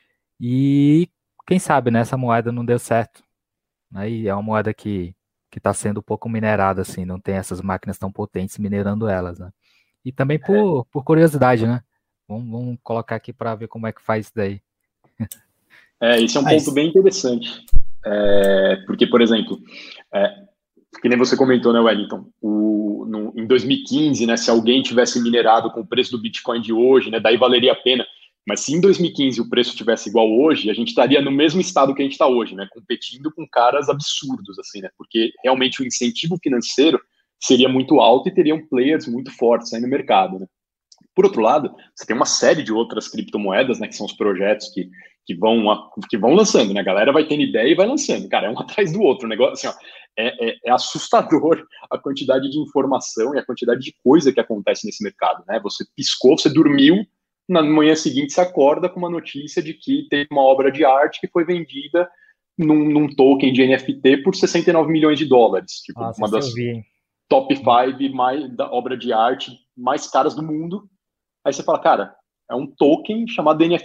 e, quem sabe, né, essa moeda não deu certo. Aí é uma moeda que que está sendo pouco minerada, assim, não tem essas máquinas tão potentes minerando elas, né? E também por, é. por curiosidade, né? Vamos, vamos colocar aqui para ver como é que faz isso daí. É, esse é um Mas... ponto bem interessante. É, porque, por exemplo, é, que nem você comentou, né, Wellington? O, no, em dois mil e quinze, né, se alguém tivesse minerado com o preço do Bitcoin de hoje, né, daí valeria a pena. Mas se em dois mil e quinze o preço tivesse igual hoje, a gente estaria no mesmo estado que a gente está hoje, né, competindo com caras absurdos, assim, né, porque realmente o incentivo financeiro seria muito alto e teriam players muito fortes aí no mercado, né. Por outro lado, você tem uma série de outras criptomoedas, né, que são os projetos que, que, vão, que vão lançando, né? A galera vai tendo ideia e vai lançando. Cara, é um atrás do outro. O negócio, assim, ó, é, é, é assustador a quantidade de informação e a quantidade de coisa que acontece nesse mercado, né? Você piscou, você dormiu, na manhã seguinte você acorda com uma notícia de que tem uma obra de arte que foi vendida num, num token de N F T por sessenta e nove milhões de dólares. Tipo, Nossa, uma das eu vi. top cinco mais, da obra de arte mais caras do mundo. Aí você fala, cara, é um token chamado N F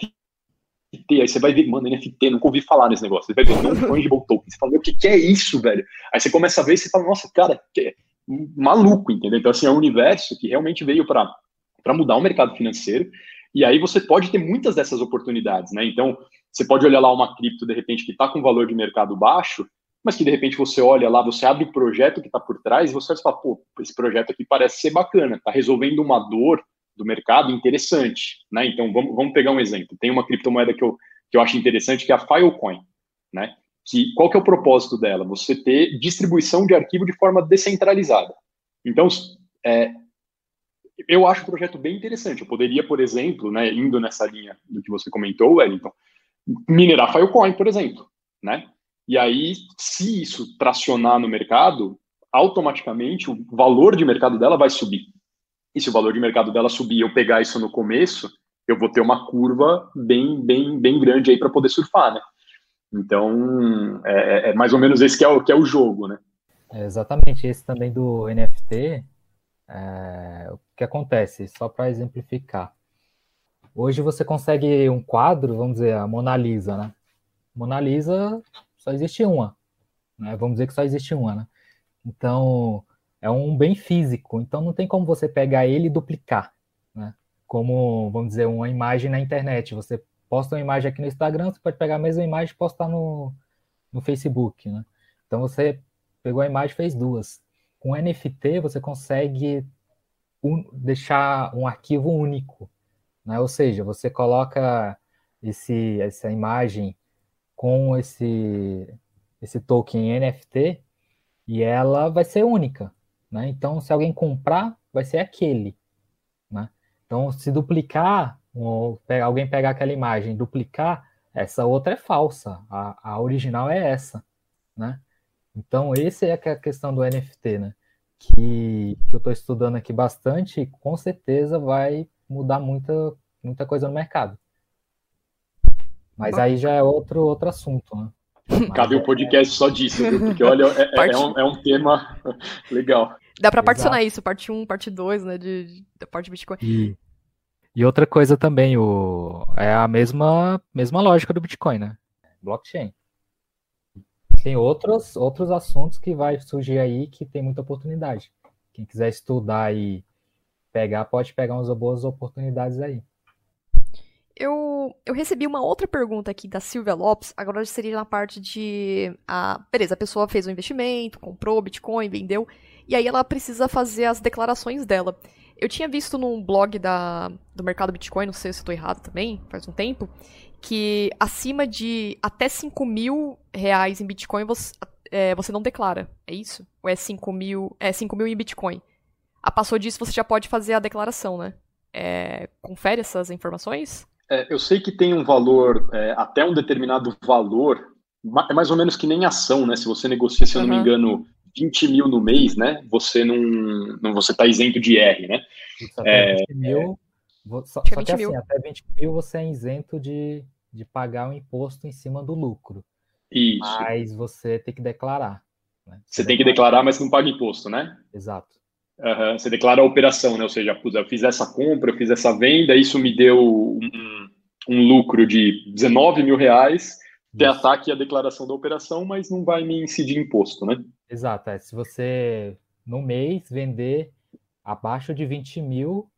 T. Aí você vai ver, mano, N F T, nunca ouvi falar nesse negócio. Você vai ver, non-fungible token. Você fala, meu, o que, que é isso, velho? Aí você começa a ver e você fala, nossa, cara, que é maluco, entendeu? Então, assim, é um universo que realmente veio para mudar o mercado financeiro. E aí você pode ter muitas dessas oportunidades, né? Então, você pode olhar lá uma cripto, de repente, que está com valor de mercado baixo, mas que, de repente, você olha lá, você abre o projeto que está por trás e você fala, pô, esse projeto aqui parece ser bacana, está resolvendo uma dor do mercado interessante, né? Então, vamos, vamos pegar um exemplo. Tem uma criptomoeda que eu, que eu acho interessante, que é a Filecoin, né? Que, qual que é o propósito dela? Você ter distribuição de arquivo de forma descentralizada. Então, é, eu acho o projeto bem interessante. Eu poderia, por exemplo, né, indo nessa linha do que você comentou, Wellington, minerar Filecoin, por exemplo, né? E aí, se isso tracionar no mercado, automaticamente o valor de mercado dela vai subir. E se o valor de mercado dela subir e eu pegar isso no começo, eu vou ter uma curva bem, bem, bem grande aí para poder surfar, né? Então, é, é mais ou menos esse que é o, que é o jogo, né? É exatamente, esse também do N F T, é, o que acontece, só para exemplificar. Hoje você consegue um quadro, vamos dizer, a Mona Lisa, né? Mona Lisa só existe uma, né? Vamos dizer que só existe uma, né? Então, é um bem físico, então não tem como você pegar ele e duplicar, né? Como, vamos dizer, uma imagem na internet. Você posta uma imagem aqui no Instagram, você pode pegar a mesma imagem e postar no, no Facebook, né? Então você pegou a imagem e fez duas. Com N F T você consegue un, deixar um arquivo único, né? Ou seja, você coloca esse, essa imagem com esse, esse token N F T e ela vai ser única, né? Então, se alguém comprar, vai ser aquele, né? Então, se duplicar, ou alguém pegar aquela imagem e duplicar, essa outra é falsa, a, a original é essa, né? Então, essa é a questão do N F T, né? Que, que eu estou estudando aqui bastante e com certeza vai mudar muita, muita coisa no mercado. Mas aí já é outro, outro assunto, né? Cabe um podcast é... só disso, viu? Porque, olha, é, parte... é, um, é um tema legal. Dá pra particionar isso, parte um, parte dois, né, de, de, da parte de Bitcoin. E, e outra coisa também, o, é a mesma, mesma lógica do Bitcoin, né? Blockchain. Tem outros, outros assuntos que vai surgir aí que tem muita oportunidade. Quem quiser estudar e pegar, pode pegar umas boas oportunidades aí. Eu, eu recebi uma outra pergunta aqui da Silvia Lopes, agora seria na parte de... A, beleza, a pessoa fez o investimento, comprou Bitcoin, vendeu, e aí ela precisa fazer as declarações dela. Eu tinha visto num blog da, do mercado Bitcoin, não sei se eu estou errado também, faz um tempo, que acima de até cinco mil reais em Bitcoin você, é, você não declara, é isso? Ou é cinco mil, é cinco mil em Bitcoin? A passou disso você já pode fazer a declaração, né? É, confere essas informações? É, eu sei que tem um valor, é, até um determinado valor, é mais ou menos que nem ação, né? Se você negocia, se eu não uhum. me engano, vinte mil no mês, né? Você não, não você está isento de I R, né? Isso, até é, vinte mil, só, só que assim, até vinte mil você é isento de, de pagar o imposto em cima do lucro. Isso. Mas você tem que declarar. Né? Você, você tem que declarar, mas não paga imposto, né? Exato. Uhum, você declara a operação, né? Ou seja, eu fiz essa compra, eu fiz essa venda, isso me deu um, um lucro de dezenove mil reais, tem ataque a declaração da operação, mas não vai me incidir imposto, né? Exato. É, se você, no mês, vender abaixo de vinte mil,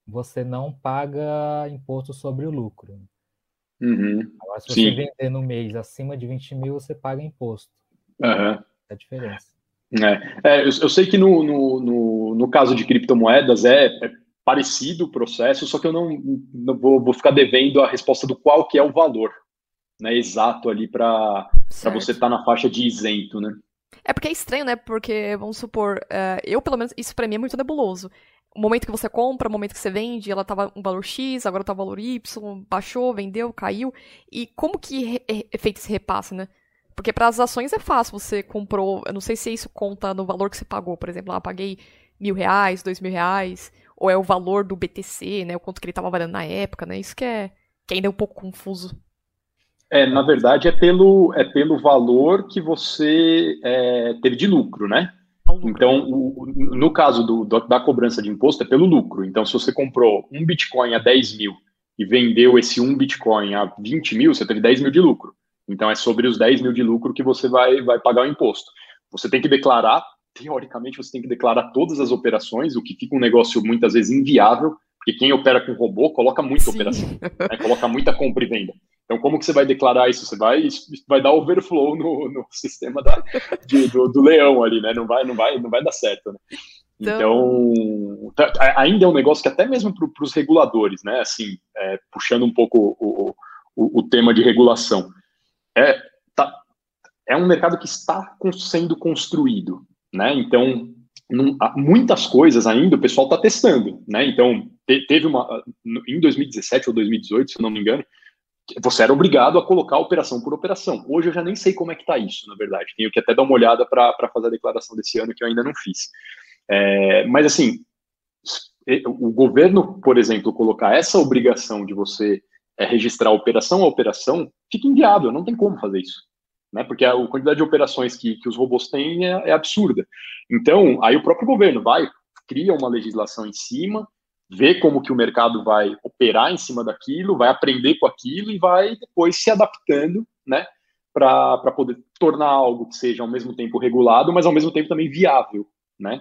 você não paga imposto sobre o lucro. Uhum. Agora, se você Sim. vender no mês acima de vinte mil, você paga imposto. Aham. É a diferença. É, é, eu, eu sei que no, no, no, no caso de criptomoedas é, é parecido o processo, só que eu não, não vou, vou ficar devendo a resposta do qual que é o valor, né, exato ali para para você Certo. estar na faixa de isento, né? É porque é estranho, né? Porque, vamos supor, é, eu, pelo menos, isso pra mim é muito nebuloso. O momento que você compra, o momento que você vende, ela tava um valor X, agora tá um valor Y, baixou, vendeu, caiu. E como que é, é feito esse repasse, né? Porque para as ações é fácil, você comprou, eu não sei se isso conta no valor que você pagou, por exemplo, lá, paguei mil reais, dois mil reais, ou é o valor do B T C, né? O quanto que ele tava valendo na época, né? Isso que é, que ainda é um pouco confuso. É, na verdade, é pelo, é pelo valor que você é, teve de lucro, né? Ao lucro, né? Então, o, o- no caso do, do- da cobrança de imposto, é pelo lucro. Então, se você comprou um Bitcoin a dez mil e vendeu esse um Bitcoin a vinte mil, você teve dez mil de lucro. Então, é sobre os dez mil de lucro que você vai, vai pagar o imposto. Você tem que declarar, teoricamente, você tem que declarar todas as operações, o que fica um negócio muitas vezes inviável, porque quem opera com robô coloca muita Sim. operação, né? Coloca muita compra e venda. Então, como que você vai declarar isso? Você vai, vai dar overflow no, no sistema da, de, do, do leão ali, né? Não vai, não vai, não vai dar certo, né? Então, Então, tá, ainda é um negócio que até mesmo para os reguladores, né? Assim, é, puxando um pouco o, o, o tema de regulação, é, tá, é um mercado que está sendo construído, né? Então, não, muitas coisas ainda o pessoal está testando, né? Então, te, teve uma em dois mil e dezessete ou dois mil e dezoito, se eu não me engano, você era obrigado a colocar operação por operação. Hoje eu já nem sei como é que está isso, na verdade. Tenho que até dar uma olhada para fazer a declaração desse ano, que eu ainda não fiz. É, mas, assim, o governo, por exemplo, colocar essa obrigação de você é, registrar operação a operação, fica inviável, não tem como fazer isso. Né? Porque a quantidade de operações que, que os robôs têm é, é absurda. Então, aí o próprio governo vai, cria uma legislação em cima, vê como que o mercado vai operar em cima daquilo, vai aprender com aquilo e vai depois se adaptando, né, para poder tornar algo que seja ao mesmo tempo regulado, mas ao mesmo tempo também viável, né?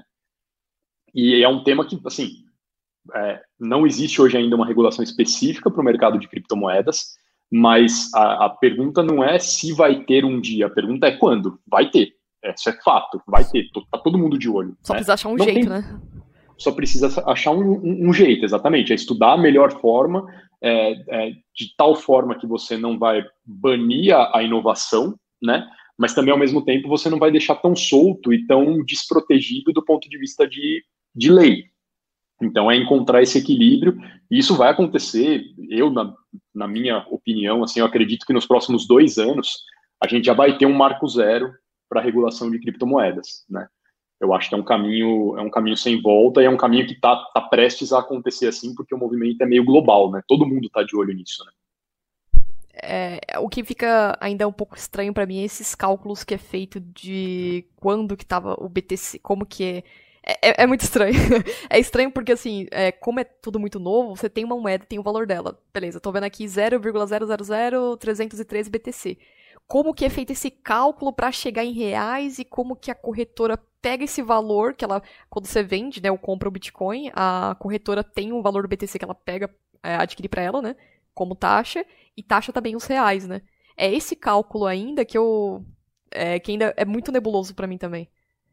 E é um tema que, assim, é, não existe hoje ainda uma regulação específica para o mercado de criptomoedas, mas a, a pergunta não é se vai ter um dia, a pergunta é quando. Vai ter. Isso é fato, vai ter. Tá todo mundo de olho. só Né? precisa achar um Não jeito, tem, né? só precisa achar um, um, um jeito, exatamente. É estudar a melhor forma, é, é, de tal forma que você não vai banir a, a inovação, né? Mas também, ao mesmo tempo, você não vai deixar tão solto e tão desprotegido do ponto de vista de, de lei. Então, é encontrar esse equilíbrio, e isso vai acontecer, eu, na, na minha opinião, assim, eu acredito que nos próximos dois anos, a gente já vai ter um marco zero para a regulação de criptomoedas, né? Eu acho que é um caminho, é um caminho sem volta e é um caminho que está tá prestes a acontecer assim, porque o movimento é meio global, né? Todo mundo está de olho nisso, né? É, o que fica ainda um pouco estranho pra mim é esses cálculos que é feito de quando que tava o B T C, como que é. É, é- é muito estranho. É estranho porque, assim, é, como é tudo muito novo, você tem uma moeda, tem o valor dela. Beleza, tô vendo aqui zero vírgula zero zero zero trezentos e treze B T C. Como que é feito esse cálculo pra chegar em reais e como que a corretora pega esse valor que ela, quando você vende, né, ou compra o Bitcoin, a corretora tem um valor do B T C que ela pega, é, adquire pra ela, né, como taxa, e taxa também os reais, né? É esse cálculo ainda que eu. É, que ainda é muito nebuloso pra mim também.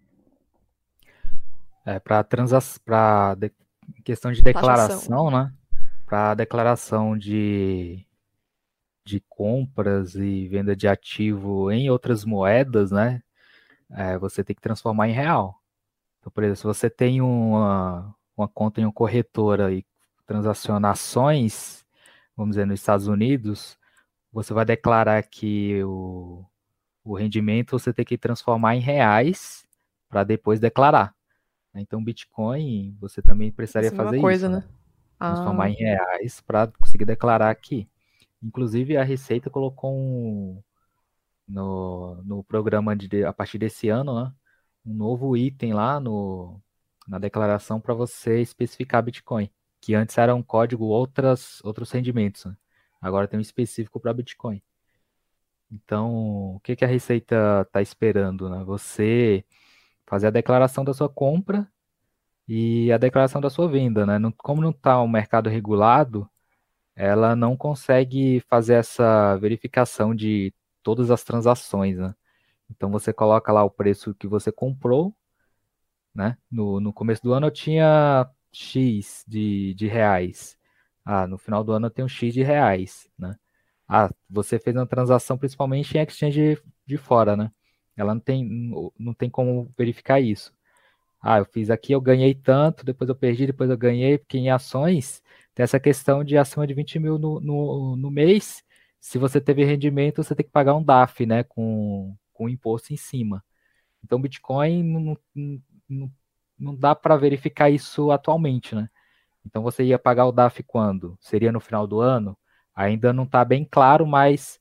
É, para transas, para questão de Taxação. declaração, né? Para declaração de, de compras e venda de ativo em outras moedas, né? É, você tem que transformar em real. Então, por exemplo, se você tem uma, uma conta em uma corretora e transaciona ações, vamos dizer, nos Estados Unidos, você vai declarar que o, o rendimento você tem que transformar em reais para depois declarar. Então, Bitcoin, você também precisaria Essa mesma fazer coisa, isso, né? né? Transformar Ah, em reais para conseguir declarar aqui. Inclusive, a Receita colocou um, no, no programa de, a partir desse ano, né, um novo item lá no, na declaração para você especificar Bitcoin, que antes era um código outras, outros rendimentos, né? Agora tem um específico para Bitcoin. Então, o que, que a Receita está esperando, né? Você fazer a declaração da sua compra e a declaração da sua venda, né? Não- como não está um mercado regulado, ela não consegue fazer essa verificação de todas as transações, né? Então você coloca lá o preço que você comprou, né? No, no começo do ano eu tinha X de, de reais. Ah, no final do ano eu tenho X de reais, né? Ah, você fez uma transação principalmente em exchange de, de fora, né? Ela não tem, não não tem como verificar isso. Ah, eu fiz aqui, eu ganhei tanto, depois eu perdi, depois eu ganhei, porque em ações tem essa questão de acima de vinte mil no, no, no mês. Se você teve rendimento, você tem que pagar um D A F, né? Com, com imposto em cima. Então, Bitcoin não, não, não, não dá para verificar isso atualmente, né? Então, você ia pagar o D A F quando? Seria no final do ano? Ainda não está bem claro, mas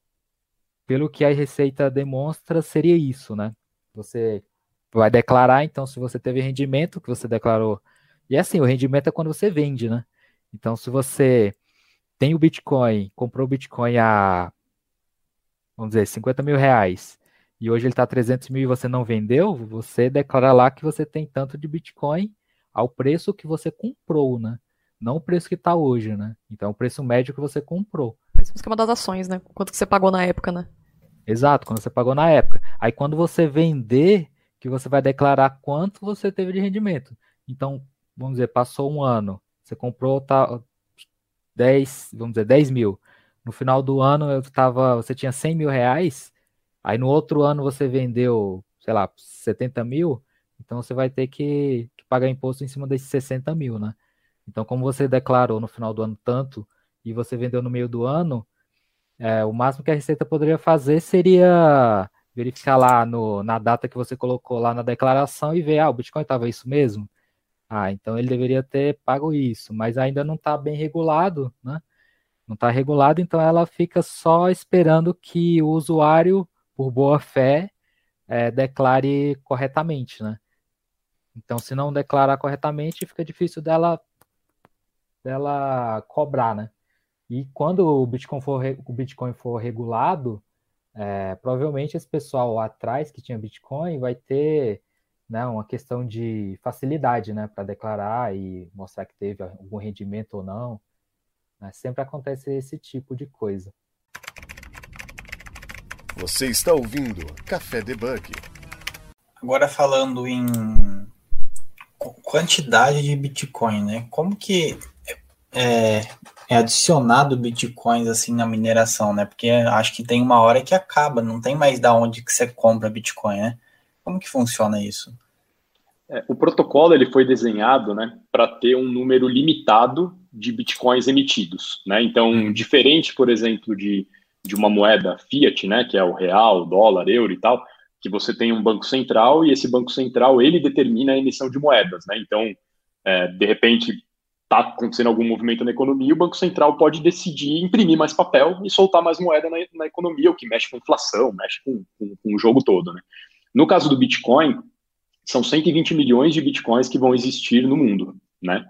pelo que a Receita demonstra, seria isso, né? Você vai declarar, então, se você teve rendimento, que você declarou. E assim, o rendimento é quando você vende, né? Então, se você tem o Bitcoin, comprou o Bitcoin a, vamos dizer, cinquenta mil reais, e hoje ele está trezentos mil e você não vendeu, você declara lá que você tem tanto de Bitcoin ao preço que você comprou, né? Não o preço que está hoje, né? Então, é o preço médio que você comprou. Esse é o esquema das ações, né? Quanto que você pagou na época, né? Exato, quando você pagou na época. Aí quando você vender, que você vai declarar quanto você teve de rendimento. Então, vamos dizer, passou um ano, você comprou tá, dez, vamos dizer, dez mil. No final do ano eu tava, você tinha cem mil reais, aí no outro ano você vendeu, sei lá, setenta mil, então você vai ter que, que pagar imposto em cima desses sessenta mil, né? Então, como você declarou no final do ano tanto e você vendeu no meio do ano, é, o máximo que a Receita poderia fazer seria verificar lá no, na data que você colocou lá na declaração e ver, ah, o Bitcoin estava isso mesmo? Ah, então ele deveria ter pago isso, mas ainda não está bem regulado, né? Não está regulado, então ela fica só esperando que o usuário, por boa fé, é, declare corretamente, né? Então, se não declarar corretamente, fica difícil dela, dela cobrar, né? E quando o Bitcoin for, o Bitcoin for regulado, é, provavelmente esse pessoal lá atrás que tinha Bitcoin vai ter, né, uma questão de facilidade, né, para declarar e mostrar que teve algum rendimento ou não. Né? Sempre acontece esse tipo de coisa. Você está ouvindo Café Debug. Agora falando em quantidade de Bitcoin, né? Como que é, é adicionado Bitcoins assim na mineração, né? Porque acho que tem uma hora que acaba, não tem mais da onde que você compra Bitcoin, né? Como que funciona isso? É, o protocolo ele foi desenhado, né, para ter um número limitado de Bitcoins emitidos, né? Então, diferente, por exemplo, de, de uma moeda fiat, né, que é o real, dólar, euro e tal, que você tem um banco central e esse banco central ele determina a emissão de moedas, né? Então, é, de repente está acontecendo algum movimento na economia, o Banco Central pode decidir imprimir mais papel e soltar mais moeda na, na economia, o que mexe com inflação, mexe com, com, com o jogo todo, né? No caso do Bitcoin, são cento e vinte milhões de Bitcoins que vão existir no mundo, né?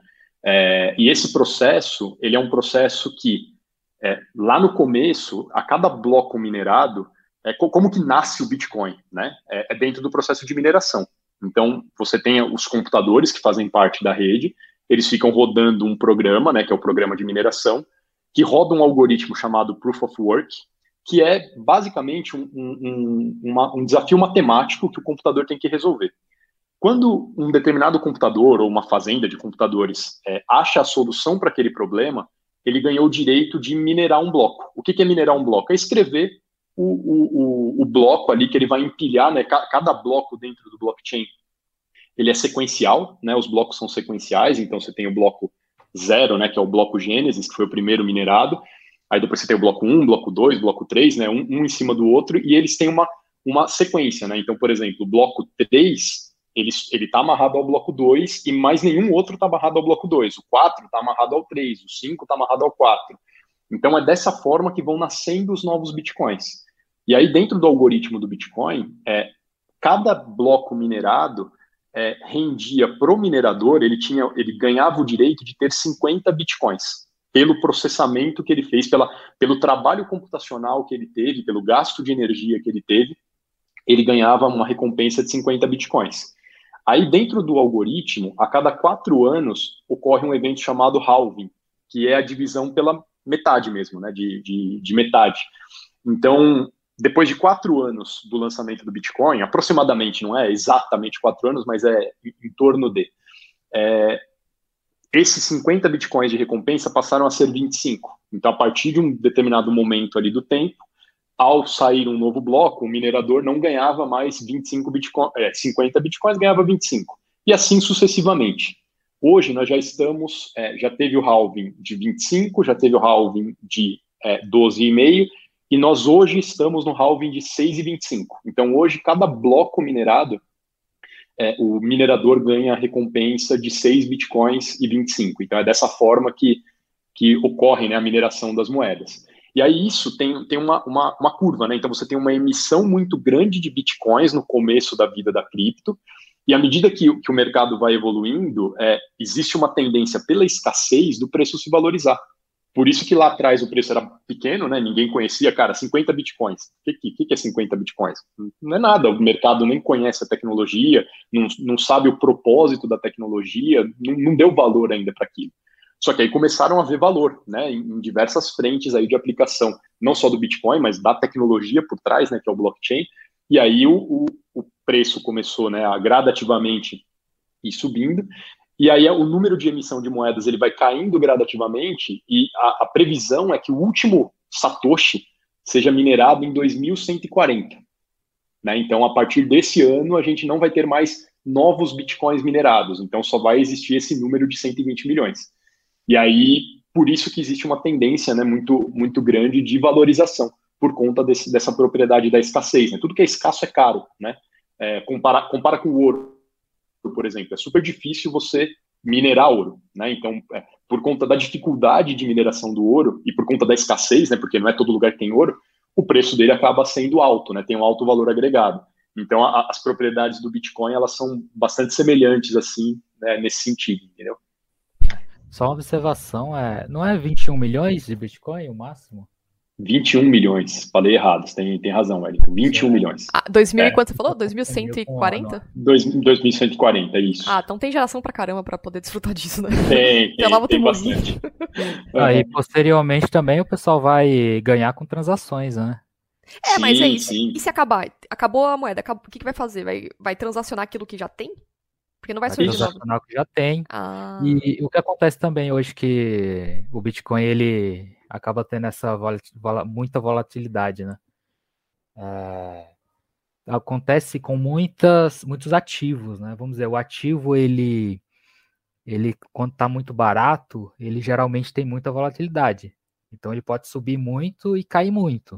É, e esse processo, ele é um processo que, é, lá no começo, a cada bloco minerado, é, como que nasce o Bitcoin, né? É, é dentro do processo de mineração. Então, você tem os computadores que fazem parte da rede, eles ficam rodando um programa, né, que é o programa de mineração, que roda um algoritmo chamado Proof of Work, que é basicamente um, um, uma, um desafio matemático que o computador tem que resolver. Quando um determinado computador ou uma fazenda de computadores é, acha a solução para aquele problema, ele ganhou o direito de minerar um bloco. O que, que é minerar um bloco? É escrever o, o, o, o bloco ali que ele vai empilhar, né, cada bloco dentro do blockchain. Ele é sequencial, né? Os blocos são sequenciais, então você tem o bloco zero, né, que é o bloco Gênesis, que foi o primeiro minerado, aí depois você tem o bloco um, bloco dois, bloco três, né, um, um em cima do outro, e eles têm uma, uma sequência, né? Então, por exemplo, o bloco três, ele está amarrado ao bloco dois, e mais nenhum outro está amarrado ao bloco dois. O quatro está amarrado ao três, o cinco está amarrado ao quatro. Então, é dessa forma que vão nascendo os novos Bitcoins. E aí, dentro do algoritmo do Bitcoin, é, cada bloco minerado É, rendia pro minerador, ele, tinha, ele ganhava o direito de ter cinquenta bitcoins, pelo processamento que ele fez, pela, pelo trabalho computacional que ele teve, pelo gasto de energia que ele teve, ele ganhava uma recompensa de cinquenta bitcoins. Aí, dentro do algoritmo, a cada quatro anos, ocorre um evento chamado halving, que é a divisão pela metade mesmo, né, de, de, de metade. Então, depois de quatro anos do lançamento do Bitcoin, aproximadamente, não é exatamente quatro anos, mas é em, em torno de, é, esses cinquenta Bitcoins de recompensa passaram a ser vinte e cinco. Então, a partir de um determinado momento ali do tempo, ao sair um novo bloco, o minerador não ganhava mais vinte e cinco Bitcoin, é, cinquenta Bitcoins, ganhava vinte e cinco. E assim sucessivamente. Hoje nós já estamos, é, já teve o halving de vinte e cinco, já teve o halving de é, doze vírgula cinco, e nós hoje estamos no halving de seis vírgula vinte e cinco. Então hoje cada bloco minerado, é, o minerador ganha a recompensa de seis Bitcoins e vinte e cinco. Então é dessa forma que, que ocorre, né, a mineração das moedas. E aí isso tem, tem uma, uma, uma curva, né? Então você tem uma emissão muito grande de Bitcoins no começo da vida da cripto, e à medida que, que o mercado vai evoluindo, é, existe uma tendência pela escassez do preço se valorizar. Por isso que lá atrás o preço era pequeno, né? Ninguém conhecia, cara, cinquenta Bitcoins. O que, que, que é cinquenta Bitcoins? Não é nada, o mercado nem conhece a tecnologia, não, não sabe o propósito da tecnologia, não, não deu valor ainda para aquilo. Só que aí começaram a ver valor, né, em diversas frentes aí de aplicação, não só do Bitcoin, mas da tecnologia por trás, né, que é o blockchain. E aí o, o, o preço começou, né, a gradativamente ir subindo. E aí o número de emissão de moedas ele vai caindo gradativamente. E a, a previsão é que o último Satoshi seja minerado em dois mil cento e quarenta. Né? Então, a partir desse ano, a gente não vai ter mais novos Bitcoins minerados. Então, só vai existir esse número de cento e vinte milhões. E aí, por isso que existe uma tendência, né, muito, muito grande de valorização, por conta desse, dessa propriedade da escassez. Né? Tudo que é escasso é caro. Né? É, compara, compara com o ouro, por exemplo. É super difícil você minerar ouro. Né? Então, é, por conta da dificuldade de mineração do ouro e por conta da escassez, né, porque não é todo lugar que tem ouro, o preço dele acaba sendo alto, né? Tem um alto valor agregado. Então, a, as propriedades do Bitcoin, elas são bastante semelhantes, assim, né, nesse sentido, entendeu? Só uma observação, é, não é vinte e um milhões de Bitcoin o máximo? vinte e um milhões, falei errado, você tem, tem razão, Wellington, vinte e um Sim. milhões. Ah, dois mil É. e quanto você falou? dois mil cento e quarenta? dois mil cento e quarenta, isso. Ah, então tem geração pra caramba pra poder desfrutar disso, né? Tem, Até lá tem, vou ter tem morrido. bastante. Aí, posteriormente, também o pessoal vai ganhar com transações, né? É, mas Sim, é isso. sim. E se acabar? Acabou a moeda, acabou- o que, que vai fazer? Vai, vai transacionar aquilo que já tem? Porque não vai Vai surgir novo. transacionar o que já tem. Ah, E o que acontece também hoje que o Bitcoin ele acaba tendo essa volat- vola- muita volatilidade, né? É, acontece com muitas, muitos ativos, né? Vamos dizer, o ativo ele, ele quando está muito barato, ele geralmente tem muita volatilidade. Então ele pode subir muito e cair muito.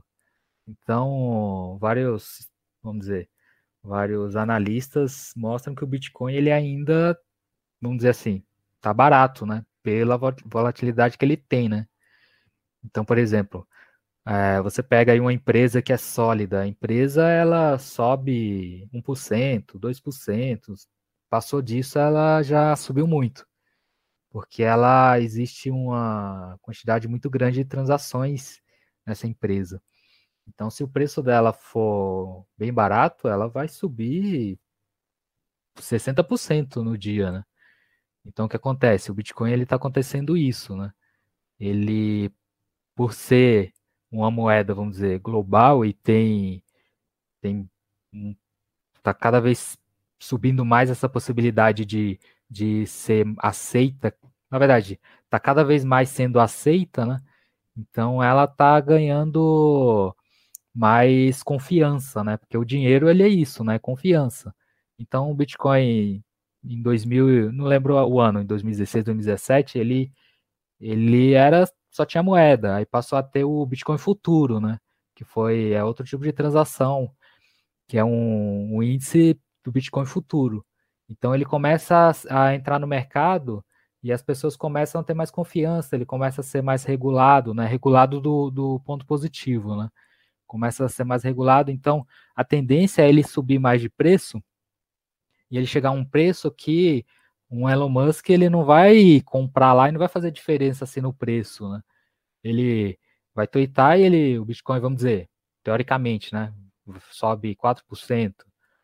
Então vários, vamos dizer, vários analistas mostram que o Bitcoin ele ainda, vamos dizer assim, tá barato, né? Pela vo- volatilidade que ele tem, né? Então, por exemplo, eh, você pega aí uma empresa que é sólida, a empresa ela sobe um por cento, dois por cento, passou disso ela já subiu muito, porque ela existe uma quantidade muito grande de transações nessa empresa. Então, se o preço dela for bem barato, ela vai subir sessenta por cento no dia, né? Então, o que acontece? O Bitcoin ele está acontecendo isso, né? Ele, por ser uma moeda, vamos dizer, global e tem, tem um- tá cada vez subindo mais essa possibilidade de, de ser aceita. Na verdade, está cada vez mais sendo aceita, né? Então, ela está ganhando mais confiança, né? Porque o dinheiro ele é isso, né? Confiança. Então, o Bitcoin em dois mil, não lembro o ano, em dois mil e dezesseis, dois mil e dezessete, ele ele era só tinha moeda, aí passou a ter o Bitcoin futuro, né? Que foi é outro tipo de transação, que é um, um índice do Bitcoin futuro. Então ele começa a, a entrar no mercado e as pessoas começam a ter mais confiança, ele começa a ser mais regulado, né? Regulado do, do ponto positivo, né? Começa a ser mais regulado, então a tendência é ele subir mais de preço e ele chegar a um preço que um Elon Musk ele não vai comprar lá e não vai fazer diferença assim no preço, né? Ele vai tweetar e ele, o Bitcoin, vamos dizer, teoricamente, né? Sobe quatro por cento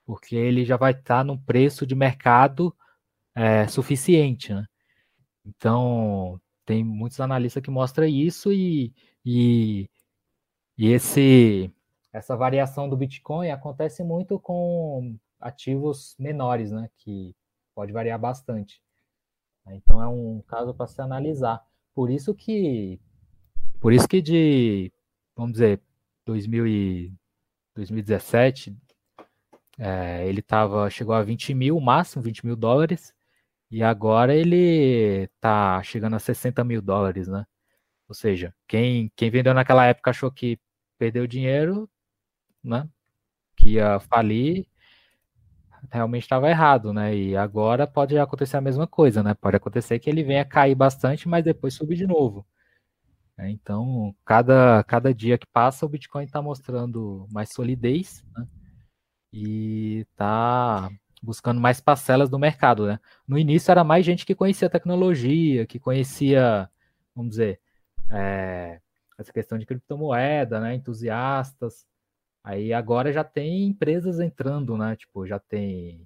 porque ele já vai estar num preço de mercado é, suficiente, né? Então, tem muitos analistas que mostram isso e, e, e esse, essa variação do Bitcoin acontece muito com ativos menores, né? Que pode variar bastante. Então, é um caso para se analisar. Por isso que, por isso que de, vamos dizer, dois mil e, dois mil e dezessete, é, ele tava, chegou a vinte mil, o máximo, vinte mil dólares, e agora ele tá chegando a sessenta mil dólares, né? Ou seja, quem, quem vendeu naquela época achou que perdeu dinheiro, né? Que ia falir, realmente estava errado, né? E agora pode acontecer a mesma coisa, né? Pode acontecer que ele venha cair bastante, mas depois subir de novo. Então, cada, cada dia que passa, o Bitcoin está mostrando mais solidez, né? E está buscando mais parcelas do mercado, né? No início era mais gente que conhecia a tecnologia, que conhecia, vamos dizer, é, essa questão de criptomoeda, né? Entusiastas. Aí agora já tem empresas entrando, né? Tipo, já tem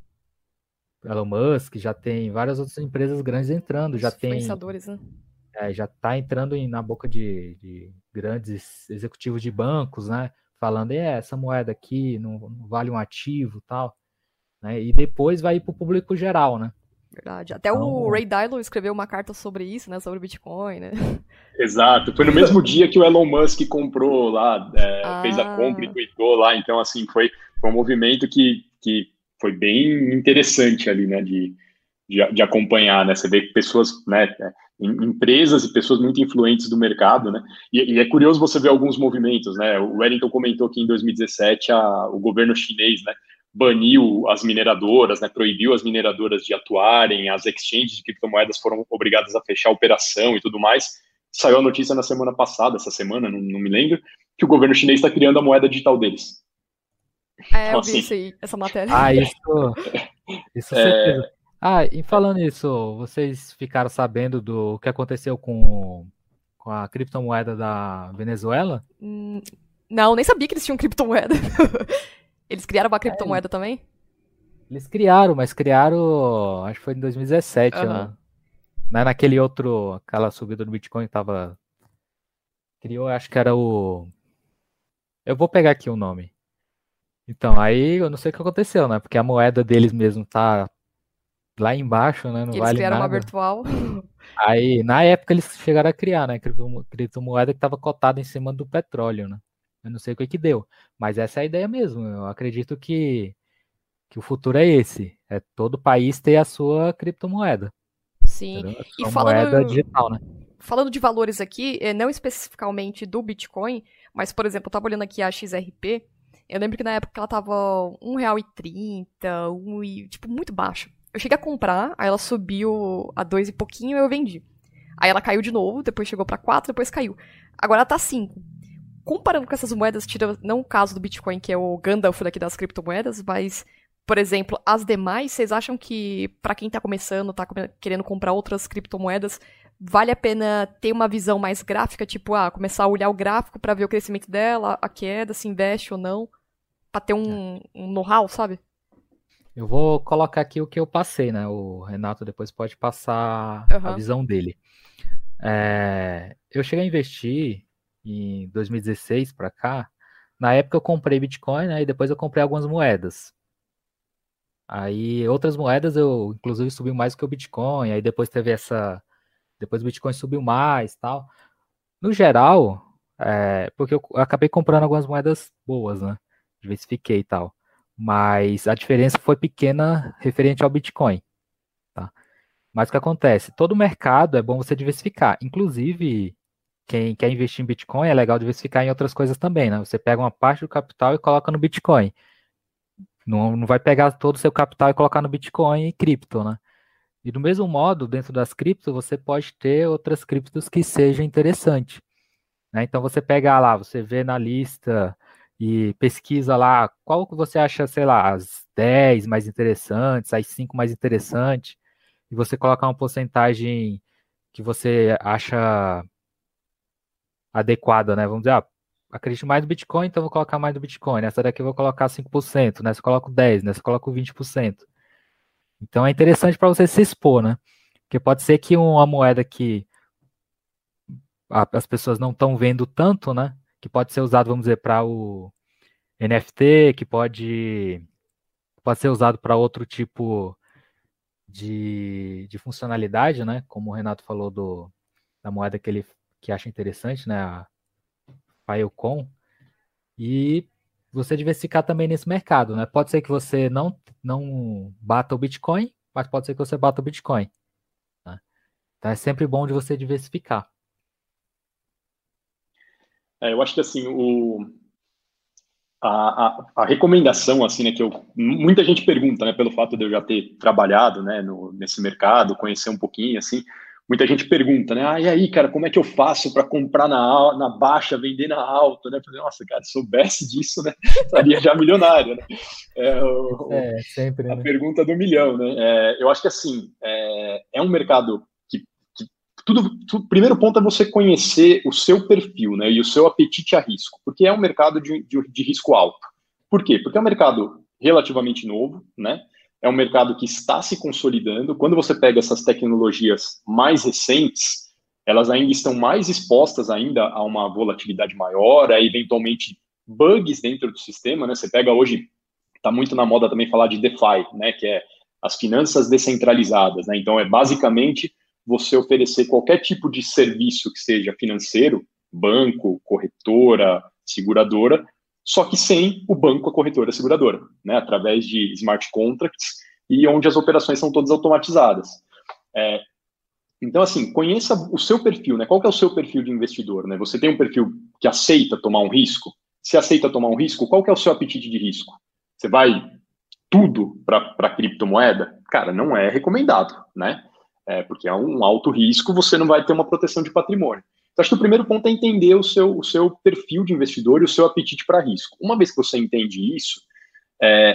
Elon Musk, já tem várias outras empresas grandes entrando, já tem, Influenciadores, né? é, já está entrando em, na boca de, de grandes executivos de bancos, né? Falando, é, essa moeda aqui não, não vale um ativo e tal, né? E depois vai ir para o público geral, né? Verdade. Até Então, o Ray Dalio escreveu uma carta sobre isso, né? Sobre o Bitcoin, né? Exato. Foi no mesmo dia que o Elon Musk comprou lá, é, Ah. fez a compra e tweetou lá. Então, assim, foi, foi um movimento que, que foi bem interessante ali, né? De, de, de acompanhar, né? Você vê que pessoas, né? Empresas e pessoas muito influentes do mercado, né? E, e é curioso você ver alguns movimentos, né? O Wellington comentou que em dois mil e dezessete a, o governo chinês, né? Baniu as mineradoras, né, proibiu as mineradoras de atuarem, as exchanges de criptomoedas foram obrigadas a fechar a operação e tudo mais. Saiu a notícia na semana passada, essa semana, não, não me lembro, que o governo chinês está criando a moeda digital deles. É, Então, eu assim, vi isso aí, essa matéria. Ah, isso, isso É. certeza. Ah, e falando nisso, vocês ficaram sabendo do que aconteceu com, com a criptomoeda da Venezuela? Hum, Não, nem sabia que eles tinham criptomoeda. Eles criaram uma criptomoeda também? Eles criaram, mas criaram, acho que foi em dois mil e dezessete, Aham. eu- né, naquele outro, aquela subida do Bitcoin tava, criou, acho que era o, eu vou pegar aqui o nome. Então, aí eu não sei o que aconteceu, né, porque a moeda deles mesmo tá lá embaixo, né, não E eles vale criaram uma nada. virtual. Aí, na época, eles chegaram a criar, né? criptomo- Criptomoeda que estava cotada em cima do petróleo, né? Eu não sei o que que deu. Mas essa é a ideia mesmo. Eu acredito que, que o futuro é esse. É todo país ter a sua criptomoeda. Sim. Entendeu? A E sua moeda falando, digital, né? falando de valores aqui, eh, não especificamente do Bitcoin, mas, por exemplo, eu tava olhando aqui a X R P. Eu lembro que na época ela tava um real e trinta, um e, tipo, muito baixo. Eu cheguei a comprar, aí ela subiu a dois e pouquinho, eu vendi. Aí ela caiu de novo, depois chegou pra quatro, depois caiu. Agora ela tá cinco. Comparando com essas moedas, tira não o caso do Bitcoin, que é o Gandalf daqui das criptomoedas, mas, por exemplo, as demais, vocês acham que pra quem tá começando, tá come- querendo comprar outras criptomoedas, vale a pena ter uma visão mais gráfica, tipo, ah, começar a olhar o gráfico pra ver o crescimento dela, a queda, se investe ou não, pra ter um, um know-how, sabe? Eu vou colocar aqui o que eu passei, né? O Renato depois pode passar a Aham. visão dele. É, eu cheguei a investir em dois mil e dezesseis para cá. Na época eu comprei Bitcoin, né? E depois eu comprei algumas moedas. Aí outras moedas eu, inclusive, subiu mais que o Bitcoin. Aí depois teve essa. Depois o Bitcoin subiu mais, tal. No geral, é, porque eu acabei comprando algumas moedas boas, né? Diversifiquei e tal. Mas a diferença foi pequena referente ao Bitcoin, tá? Mas o que acontece? Todo mercado é bom você diversificar. Inclusive, quem quer investir em Bitcoin é legal diversificar em outras coisas também, né? Você pega uma parte do capital e coloca no Bitcoin. Não, não vai pegar todo o seu capital e colocar no Bitcoin e cripto, né? E do mesmo modo, dentro das criptos, você pode ter outras criptos que sejam interessantes, né? Então você pega lá, você vê na lista e pesquisa lá qual que você acha, sei lá, as dez mais interessantes, as cinco mais interessantes, e você colocar uma porcentagem que você acha adequada, né? Vamos dizer, ah, acredito mais no Bitcoin, então vou colocar mais no Bitcoin. Nessa daqui eu vou colocar cinco por cento, nessa eu coloco dez por cento, nessa eu coloco vinte por cento. Então é interessante para você se expor, né? Porque pode ser que uma moeda que as pessoas não estão vendo tanto, né? Que pode ser usado, vamos dizer, para o N F T, que pode, pode ser usado para outro tipo de, de funcionalidade, né? Como o Renato falou do, da moeda que ele que acha interessante, né? A Filecoin. E você diversificar também nesse mercado, né? Pode ser que você não, não bata o Bitcoin, mas pode ser que você bata o Bitcoin. Né? Então é sempre bom de você diversificar. É, eu acho que assim, o, a, a, a recomendação, assim, né, que eu, muita gente pergunta, né, pelo fato de eu já ter trabalhado, né, no, nesse mercado, conhecer um pouquinho, assim, muita gente pergunta, né, ah, e aí, cara, como é que eu faço para comprar na, na baixa, vender na alta, né? Eu falei, nossa, cara, se soubesse disso, né, estaria já milionário, né? É, o, é sempre, a né? pergunta do milhão, né? É, eu acho que, assim, é, é um mercado que, que tudo, tudo, primeiro ponto é você conhecer o seu perfil, né, e o seu apetite a risco, porque é um mercado de, de, de risco alto. Por quê? Porque é um mercado relativamente novo, né? É um mercado que está se consolidando. Quando você pega essas tecnologias mais recentes, elas ainda estão mais expostas ainda a uma volatilidade maior, a eventualmente bugs dentro do sistema, né? Você pega hoje, está muito na moda também falar de DeFi, né? Que é as finanças descentralizadas, né? Então é basicamente você oferecer qualquer tipo de serviço que seja financeiro, banco, corretora, seguradora, só que sem o banco, a corretora, a seguradora, né, através de smart contracts e onde as operações são todas automatizadas. É, então, assim, conheça o seu perfil, né? Qual que é o seu perfil de investidor, né? Você tem um perfil que aceita tomar um risco? Se aceita tomar um risco, qual que é o seu apetite de risco? Você vai tudo para criptomoeda? Cara, não é recomendado, né? É, porque é um alto risco, você não vai ter uma proteção de patrimônio. Então, acho que o primeiro ponto é entender o seu, o seu perfil de investidor e o seu apetite para risco. Uma vez que você entende isso, é,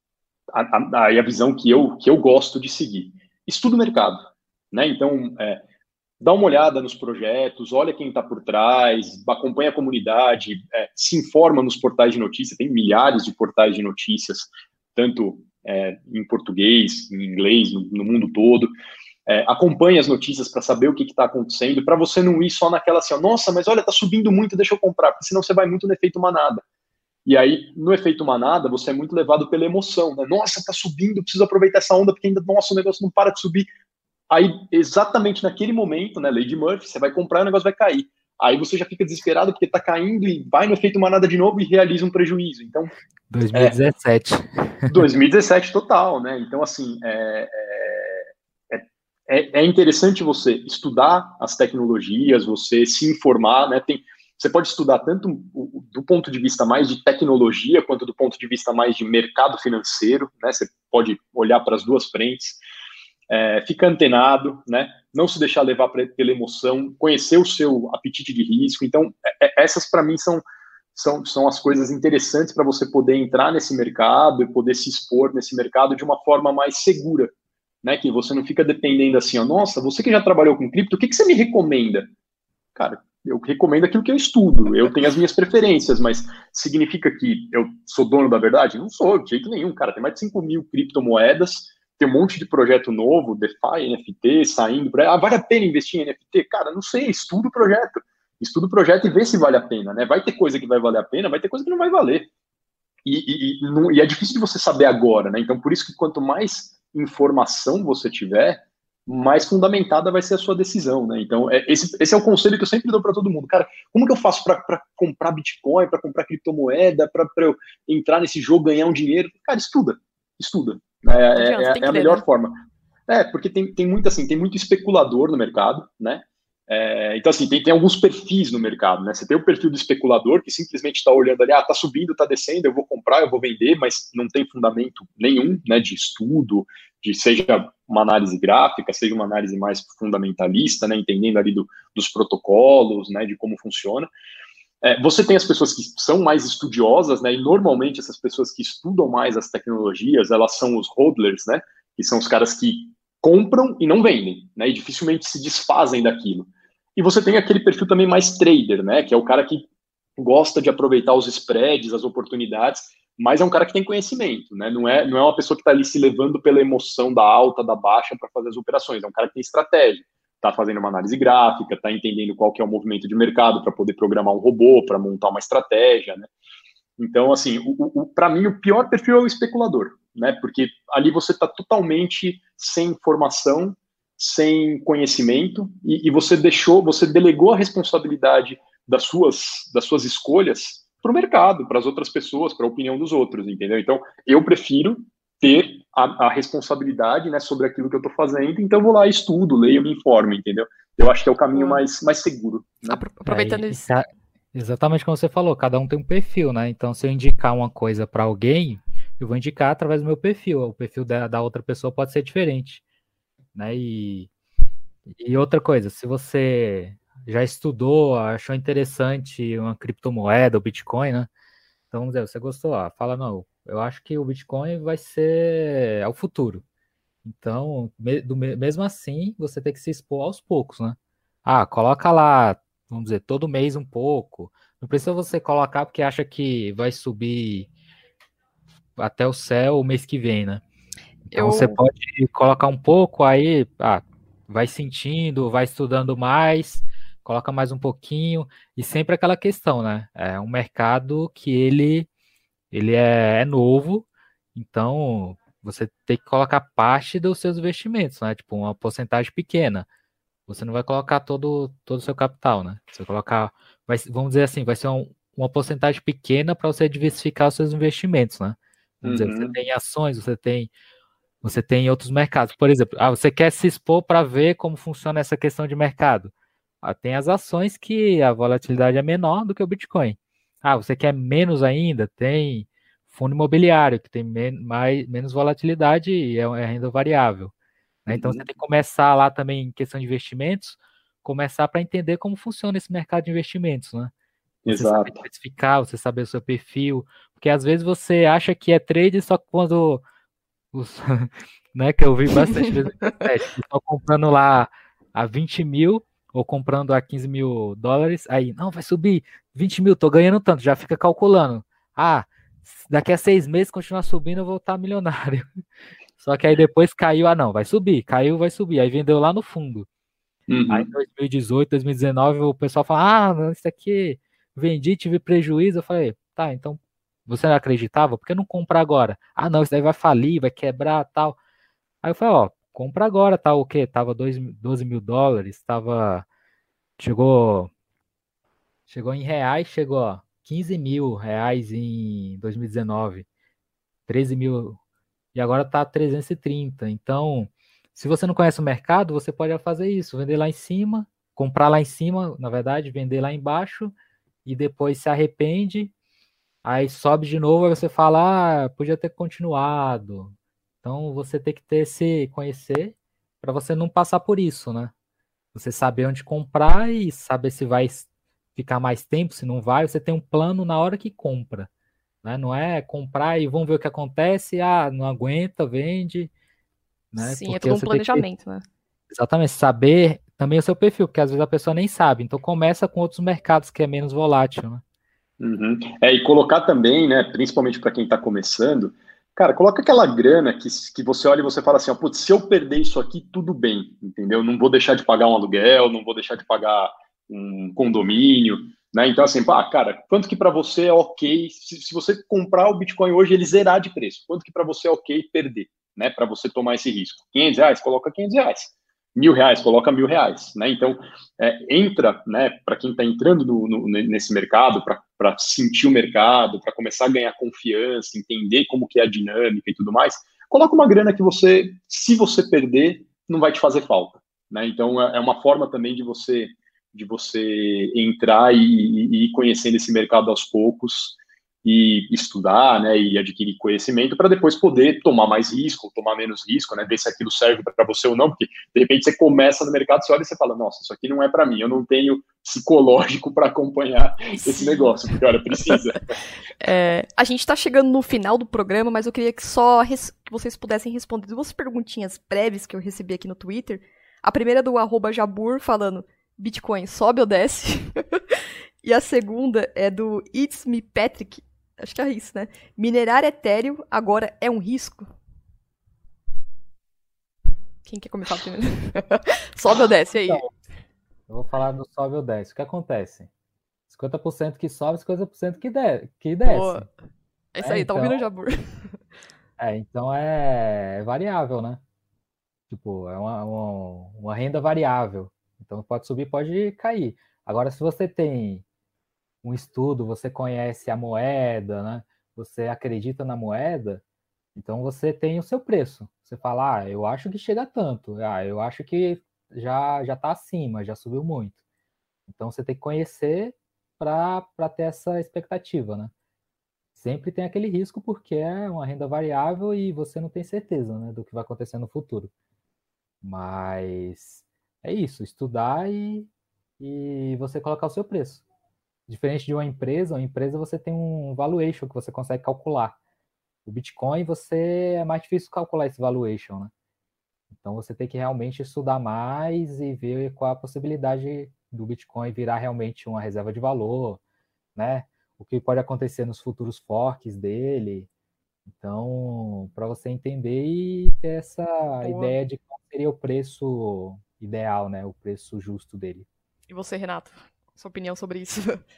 a, a, a visão que eu, que eu gosto de seguir. Estuda o mercado, né? Então, é, dá uma olhada nos projetos, olha quem está por trás, acompanha a comunidade, é, se informa nos portais de notícias, tem milhares de portais de notícias, tanto é, em português, em inglês, no, no mundo todo. É, acompanhe as notícias para saber o que está acontecendo, para você não ir só naquela assim, ó, nossa, mas olha, está subindo muito, deixa eu comprar, porque senão você vai muito no efeito manada. E aí, no efeito manada, você é muito levado pela emoção, né? Nossa, está subindo, preciso aproveitar essa onda, porque ainda, nossa, o negócio não para de subir. Aí, exatamente naquele momento, né, Lady Murphy, você vai comprar e o negócio vai cair. Aí você já fica desesperado porque está caindo e vai no efeito manada de novo e realiza um prejuízo. Então, dois mil e dezessete. É, dois mil e dezessete total, né? Então, assim, é... é... É interessante você estudar as tecnologias, você se informar, né? Tem, você pode estudar tanto do ponto de vista mais de tecnologia, quanto do ponto de vista mais de mercado financeiro, né? Você pode olhar para as duas frentes, é, fica antenado, né? Não se deixar levar pra, pela emoção, conhecer o seu apetite de risco. Então, é, essas para mim são, são, são as coisas interessantes para você poder entrar nesse mercado e poder se expor nesse mercado de uma forma mais segura. Né, que você não fica dependendo assim, ó, nossa, você que já trabalhou com cripto, o que, que você me recomenda? Cara, eu recomendo aquilo que eu estudo, eu tenho as minhas preferências, mas significa que eu sou dono da verdade? Não sou, de jeito nenhum, cara, tem mais de cinco mil criptomoedas, tem um monte de projeto novo, DeFi, N F T, saindo, ah, vale a pena investir em N F T? Cara, não sei, estuda o projeto, estuda o projeto e vê se vale a pena, né, vai ter coisa que vai valer a pena, vai ter coisa que não vai valer, e, e, e, não, e é difícil de você saber agora, né, então por isso que quanto mais informação você tiver, mais fundamentada vai ser a sua decisão, né? Então, é, esse, esse é o conselho que eu sempre dou para todo mundo. Cara, como que eu faço para comprar Bitcoin, para comprar criptomoeda, para eu entrar nesse jogo, ganhar um dinheiro? Cara, estuda, estuda. É, é, é, é a melhor né? forma. É, porque tem, tem muito assim, tem muito especulador no mercado, né? É, então, assim, tem, tem alguns perfis no mercado, né? Você tem o perfil do especulador que simplesmente está olhando ali, ah, tá subindo, tá descendo, eu vou comprar, eu vou vender, mas não tem fundamento nenhum, né, de estudo, de seja uma análise gráfica, seja uma análise mais fundamentalista, né, entendendo ali do, dos protocolos, né, de como funciona. É, você tem as pessoas que são mais estudiosas, né, e normalmente essas pessoas que estudam mais as tecnologias, elas são os hodlers, né, que são os caras que compram e não vendem, né, e dificilmente se desfazem daquilo. E você tem aquele perfil também mais trader, né, que é o cara que gosta de aproveitar os spreads, as oportunidades, mas é um cara que tem conhecimento, né? Não é, não é uma pessoa que está ali se levando pela emoção da alta, da baixa para fazer as operações. É um cara que tem estratégia, está fazendo uma análise gráfica, está entendendo qual que é o movimento de mercado para poder programar um robô, para montar uma estratégia, né? Então, assim, o, o, para mim, o pior perfil é o especulador, né? Porque ali você está totalmente sem informação, sem conhecimento, e, e você deixou, você delegou a responsabilidade das suas, das suas escolhas para o mercado, para as outras pessoas, para a opinião dos outros, entendeu? Então, eu prefiro ter a, a responsabilidade, né, sobre aquilo que eu estou fazendo, então eu vou lá, estudo, leio, me informo, entendeu? Eu acho que é o caminho mais, mais seguro. Né? Aproveitando isso. É, exatamente como você falou, cada um tem um perfil, né? Então, se eu indicar uma coisa para alguém, eu vou indicar através do meu perfil. O perfil da, da outra pessoa pode ser diferente, né? E, e outra coisa, se você já estudou, achou interessante uma criptomoeda, o Bitcoin, né? Então, vamos dizer, você gostou, ó, fala, não, eu acho que o Bitcoin vai ser é o futuro. Então, me, do, mesmo assim, você tem que se expor aos poucos, né? Ah, coloca lá, vamos dizer, todo mês um pouco. Não precisa você colocar porque acha que vai subir até o céu o mês que vem, né? Então, eu... você pode colocar um pouco, aí, ah, vai sentindo, vai estudando mais, coloca mais um pouquinho, e sempre aquela questão, né? É um mercado que ele, ele é, é novo, então você tem que colocar parte dos seus investimentos, né? Tipo, uma porcentagem pequena. Você não vai colocar todo, todo o seu capital, né? Você vai colocar, vai, vamos dizer assim, vai ser um, uma porcentagem pequena para você diversificar os seus investimentos, né? Vamos uhum. dizer, você tem ações, você tem, você tem outros mercados. Por exemplo, ah, você quer se expor para ver como funciona essa questão de mercado. Ah, tem as ações que a volatilidade é menor do que o Bitcoin. Ah, você quer menos ainda? Tem fundo imobiliário, que tem men mais, menos volatilidade e é, é renda variável. Né? Então, uhum. você tem que começar lá também em questão de investimentos, começar para entender como funciona esse mercado de investimentos, né? Você Exato. saber especificar, você saber o seu perfil, porque às vezes você acha que é trade só quando os, né, que eu vi bastante vezes na internet, estão comprando lá a vinte mil ou comprando a quinze mil dólares, aí, não, vai subir vinte mil, tô ganhando tanto, já fica calculando. Ah, daqui a seis meses continuar subindo, eu vou estar milionário. Só que aí depois caiu, ah não, vai subir, caiu, vai subir, aí vendeu lá no fundo. Uhum. Aí em dois mil e dezoito, dois mil e dezenove, o pessoal fala, ah, isso aqui, vendi, tive prejuízo. Eu falei, tá, então você não acreditava? Por que não comprar agora? Ah não, isso daí vai falir, vai quebrar, tal. Aí eu falei, ó, compra agora, tá o quê? Tava doze mil dólares, tava, chegou, chegou em reais, chegou, ó, quinze mil reais em dois mil e dezenove, treze mil, e agora tá trezentos e trinta. Então, se você não conhece o mercado, você pode fazer isso, vender lá em cima, comprar lá em cima, na verdade, vender lá embaixo, e depois se arrepende, aí sobe de novo, aí você fala, ah, podia ter continuado. Então, você tem que ter esse conhecer para você não passar por isso, né? Você saber onde comprar e saber se vai ficar mais tempo, se não vai, você tem um plano na hora que compra. Né? Não é comprar e vamos ver o que acontece, ah, não aguenta, vende. Né? Sim, porque é todo um planejamento, que, né? Exatamente, saber também o seu perfil, porque às vezes a pessoa nem sabe. Então começa com outros mercados que é menos volátil, né? Uhum. É, e colocar também, né, principalmente para quem está começando, cara, coloca aquela grana que, que você olha e você fala assim, ó, putz, se eu perder isso aqui, tudo bem, entendeu? Não vou deixar de pagar um aluguel, não vou deixar de pagar um condomínio, né? Então, assim, pá, cara, quanto que para você é ok, se, se você comprar o Bitcoin hoje, ele zerar de preço, quanto que para você é ok perder, né? Para você tomar esse risco. quinhentos reais, coloca quinhentos reais. Mil reais, coloca mil reais, né? Então, é, entra, né, para quem está entrando no, no, nesse mercado, para sentir o mercado, para começar a ganhar confiança, entender como que é a dinâmica e tudo mais, coloca uma grana que você, se você perder, não vai te fazer falta, né? Então, é, é uma forma também de você, de você entrar e, e, e ir conhecendo esse mercado aos poucos, e estudar, né, e adquirir conhecimento para depois poder tomar mais risco, tomar menos risco, né, ver se aquilo serve para você ou não, porque de repente você começa no mercado, você olha e você fala, nossa, isso aqui não é para mim, eu não tenho psicológico para acompanhar Sim. esse negócio, porque olha, precisa. É, a gente está chegando no final do programa, mas eu queria que só res- que vocês pudessem responder duas perguntinhas breves que eu recebi aqui no Twitter. A primeira é do arroba Jabur falando, Bitcoin sobe ou desce? E a segunda é do It's Me Patrick. Acho que é isso, né? Minerar etéreo agora é um risco? Quem quer começar primeiro? Sobe ou desce aí? Então, eu vou falar do sobe ou desce. O que acontece? cinquenta por cento que sobe, cinquenta por cento que, de, que desce. Boa. É isso É, aí, então- tá ouvindo, Jabur? É, então é variável, né? Tipo, é uma, uma, uma renda variável. Então pode subir, pode cair. Agora, se você tem um estudo, você conhece a moeda, né? Você acredita na moeda, então você tem o seu preço. Você fala, ah, eu acho que chega a tanto. Ah, eu acho que já já está acima, já subiu muito. Então você tem que conhecer para ter essa expectativa, né? Sempre tem aquele risco porque é uma renda variável e você não tem certeza, né, do que vai acontecer no futuro. Mas é isso, estudar e, e você colocar o seu preço. Diferente de uma empresa, uma empresa você tem um valuation que você consegue calcular. O Bitcoin, você é mais difícil calcular esse valuation, né? Então você tem que realmente estudar mais e ver qual a possibilidade do Bitcoin virar realmente uma reserva de valor, né? O que pode acontecer nos futuros forks dele. Então, para você entender e ter essa Boa. ideia de qual seria o preço ideal, né? O preço justo dele. E você, Renato? Sua opinião sobre isso?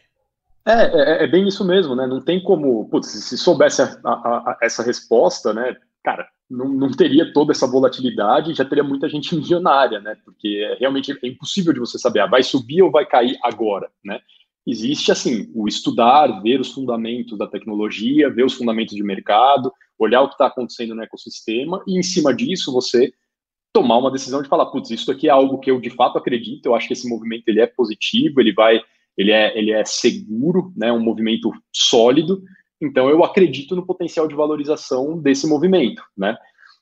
É, é, é bem isso mesmo, né? Não tem como, putz, se soubesse a, a, a, essa resposta, né, cara, não, não teria toda essa volatilidade, já teria muita gente milionária, né? Porque é, realmente é impossível de você saber, ah, vai subir ou vai cair agora, né? Existe, assim, o estudar, ver os fundamentos da tecnologia, ver os fundamentos de mercado, olhar o que está acontecendo no ecossistema e, em cima disso, você tomar uma decisão de falar, putz, isso aqui é algo que eu, de fato, acredito, eu acho que esse movimento ele é positivo, ele vai... Ele é, ele é seguro, né, um movimento sólido, então eu acredito no potencial de valorização desse movimento, né?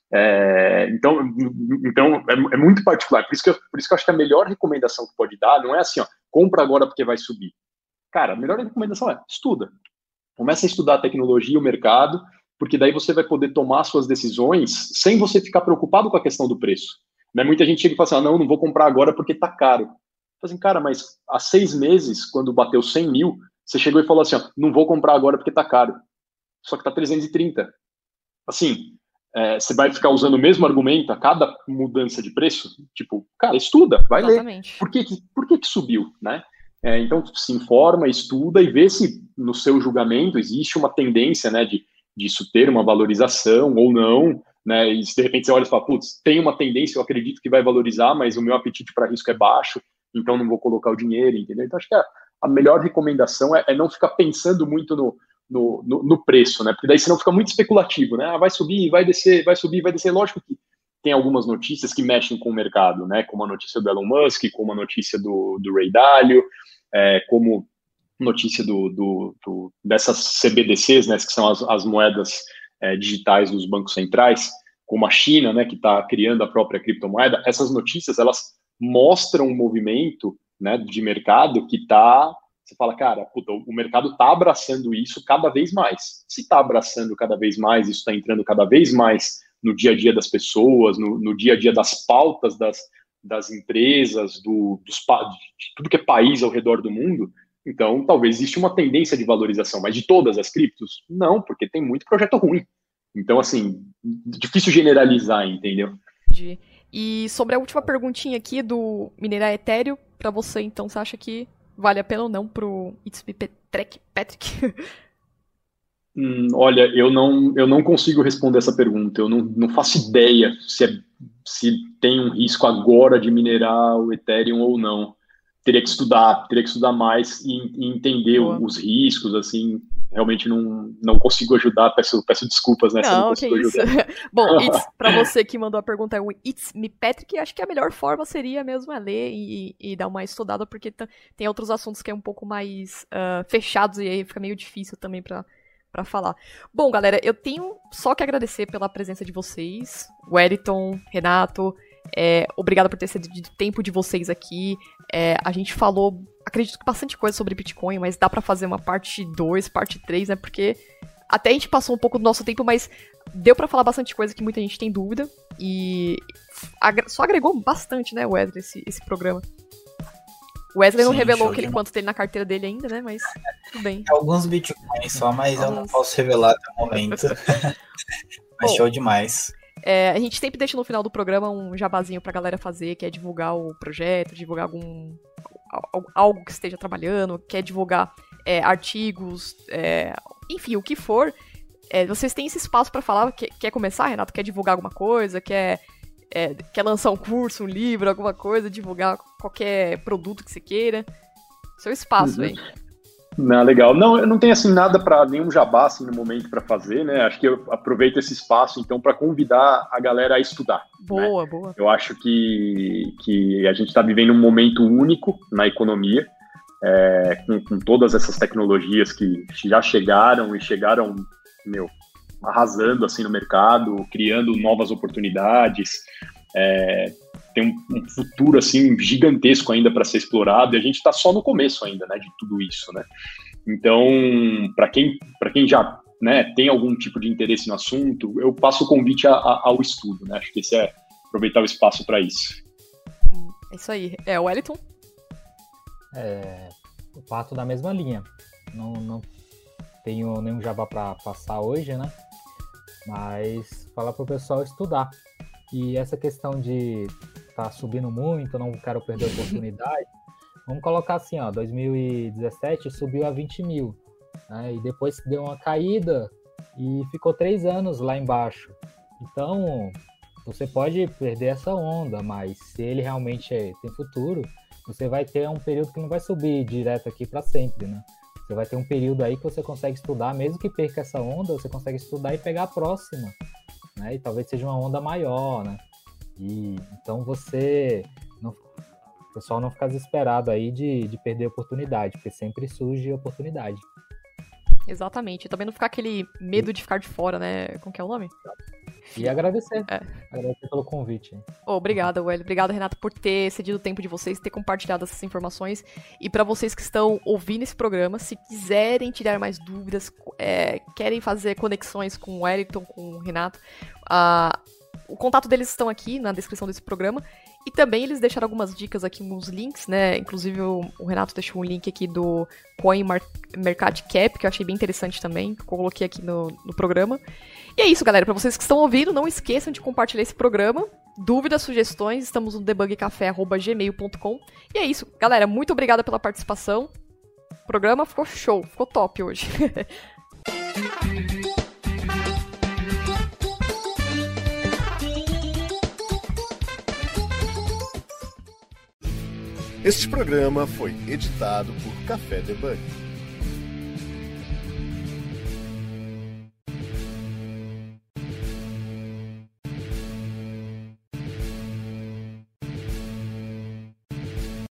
É, então, então é, é muito particular, por isso, que eu, por isso que eu acho que a melhor recomendação que pode dar não é assim, ó, compra agora porque vai subir. Cara, a melhor recomendação é estuda. Começa a estudar a tecnologia, o mercado, porque daí você vai poder tomar suas decisões sem você ficar preocupado com a questão do preço. Né? Muita gente chega e fala assim, ah, não, não vou comprar agora porque tá caro. Assim, cara, mas há seis meses, quando bateu cem mil, você chegou e falou assim, ó, não vou comprar agora porque tá caro. Só que tá trezentos e trinta. Assim, é, você vai ficar usando o mesmo argumento a cada mudança de preço? Tipo, cara, estuda, vai Exatamente. ler. Por que que, por que que subiu, né? É, então, se informa, estuda e vê se no seu julgamento existe uma tendência, né, de, de isso ter uma valorização ou não, né? E se de repente você olha e fala, putz, tem uma tendência, eu acredito que vai valorizar, mas o meu apetite para risco é baixo, então não vou colocar o dinheiro, entendeu? Então acho que a, a melhor recomendação é, é não ficar pensando muito no, no, no, no preço, né? Porque daí senão fica muito especulativo, né? Ah, vai subir, vai descer, vai subir, vai descer. Lógico que tem algumas notícias que mexem com o mercado, né? Como a notícia do Elon Musk, como a notícia do, do Ray Dalio, é, como notícia do, do, do, dessas C B D Cs, né? Que são as, as moedas é, digitais dos bancos centrais, como a China, né? Que está criando a própria criptomoeda. Essas notícias, elas mostram um movimento, né, de mercado que tá, você fala, cara, puta, o mercado tá abraçando isso cada vez mais. Se tá abraçando cada vez mais, isso está entrando cada vez mais no dia a dia das pessoas, no, no dia a dia das pautas das, das empresas, do, dos, de tudo que é país ao redor do mundo, então talvez exista uma tendência de valorização, mas de todas as criptos? Não, porque tem muito projeto ruim. Então, assim, difícil generalizar, entendeu? Entendi. E sobre a última perguntinha aqui do minerar etéreo, pra você, então, você acha que vale a pena ou não pro It's Me Patrick? Patrick? Hum, olha, eu não, eu não consigo responder essa pergunta. Eu não, não faço ideia se, é, se tem um risco agora de minerar o Ethereum ou não. Teria que estudar, teria que estudar mais e, e entender Boa. os riscos, assim. Realmente não, não consigo ajudar, peço, peço desculpas, né? Se eu não Não, que consigo isso. ajudar. Bom, it's, pra você que mandou a pergunta, o It's Me Patrick, acho que a melhor forma seria mesmo é ler e, e dar uma estudada, porque t- tem outros assuntos que é um pouco mais uh, fechados e aí fica meio difícil também pra, pra falar. Bom, galera, eu tenho só que agradecer pela presença de vocês, Wellington, Renato, é, obrigado por ter cedido tempo de vocês aqui. É, a gente falou, acredito que bastante coisa sobre Bitcoin, mas dá pra fazer uma parte dois, parte três, né? Porque até a gente passou um pouco do nosso tempo, mas deu pra falar bastante coisa que muita gente tem dúvida. E agra- só agregou bastante, né, Wesley, esse, esse programa. O Wesley não Sim, revelou show aquele de quanto tem na carteira dele ainda, né? Mas tudo bem. Alguns bitcoins só, mas eu não posso revelar até o momento. Mas Bom, show demais. É, a gente sempre deixa no final do programa um jabazinho pra galera fazer, quer divulgar o projeto, divulgar algum al- algo que esteja trabalhando, quer divulgar é, artigos, é, enfim, o que for. É, vocês têm esse espaço pra falar. Quer, quer começar, Renato? Quer divulgar alguma coisa? Quer, é, quer lançar um curso, um livro, alguma coisa? Divulgar qualquer produto que você queira? Seu espaço Uhum. aí. Não, legal. Não, eu não tenho assim nada para nenhum jabá assim, no momento para fazer, né? Acho que eu aproveito esse espaço então para convidar a galera a estudar. Boa, né? boa. Eu acho que, que a gente está vivendo um momento único na economia, é, com, com todas essas tecnologias que já chegaram e chegaram, meu, arrasando assim no mercado, criando novas oportunidades. É, tem um, um futuro assim gigantesco ainda para ser explorado, e a gente está só no começo ainda, né, de tudo isso, né? Então, para quem, para quem já, né, tem algum tipo de interesse no assunto, eu passo o convite a, a, ao estudo, né? Acho que esse é aproveitar o espaço para isso. É isso aí. É, o Wellington? É, eu parto da mesma linha. Não, não tenho nenhum jabá para passar hoje, né? Mas falar para o pessoal estudar. E essa questão de estar tá subindo muito, não quero perder a oportunidade, vamos colocar assim, ó, dois mil e dezessete subiu a vinte mil, né? E depois deu uma caída e ficou três anos lá embaixo. Então, você pode perder essa onda, mas se ele realmente é, tem futuro, você vai ter um período que não vai subir direto aqui para sempre, né? Você vai ter um período aí que você consegue estudar, mesmo que perca essa onda, você consegue estudar e pegar a próxima, né? E talvez seja uma onda maior, né? E então você, não, o pessoal não fica desesperado aí de, de perder a oportunidade, porque sempre surge oportunidade. Exatamente. E também não ficar aquele medo de ficar de fora, né? Como que é o nome? E agradecer. É. Agradecer pelo convite. Oh, obrigada, Welly. Obrigada, Renato, por ter cedido o tempo de vocês, ter compartilhado essas informações. E para vocês que estão ouvindo esse programa, se quiserem tirar mais dúvidas, é, querem fazer conexões com o Wellington, com o Renato, uh, o contato deles estão aqui na descrição desse programa. E também eles deixaram algumas dicas aqui, uns links, né? Inclusive o, o Renato deixou um link aqui do CoinMarketCap, que eu achei bem interessante também, que eu coloquei aqui no, no programa. E é isso, galera. Para vocês que estão ouvindo, não esqueçam de compartilhar esse programa. Dúvidas, sugestões, estamos no debug café arroba gmail ponto com. E é isso, galera. Muito obrigada pela participação. O programa ficou show, ficou top hoje. Este programa foi editado por Café Debug.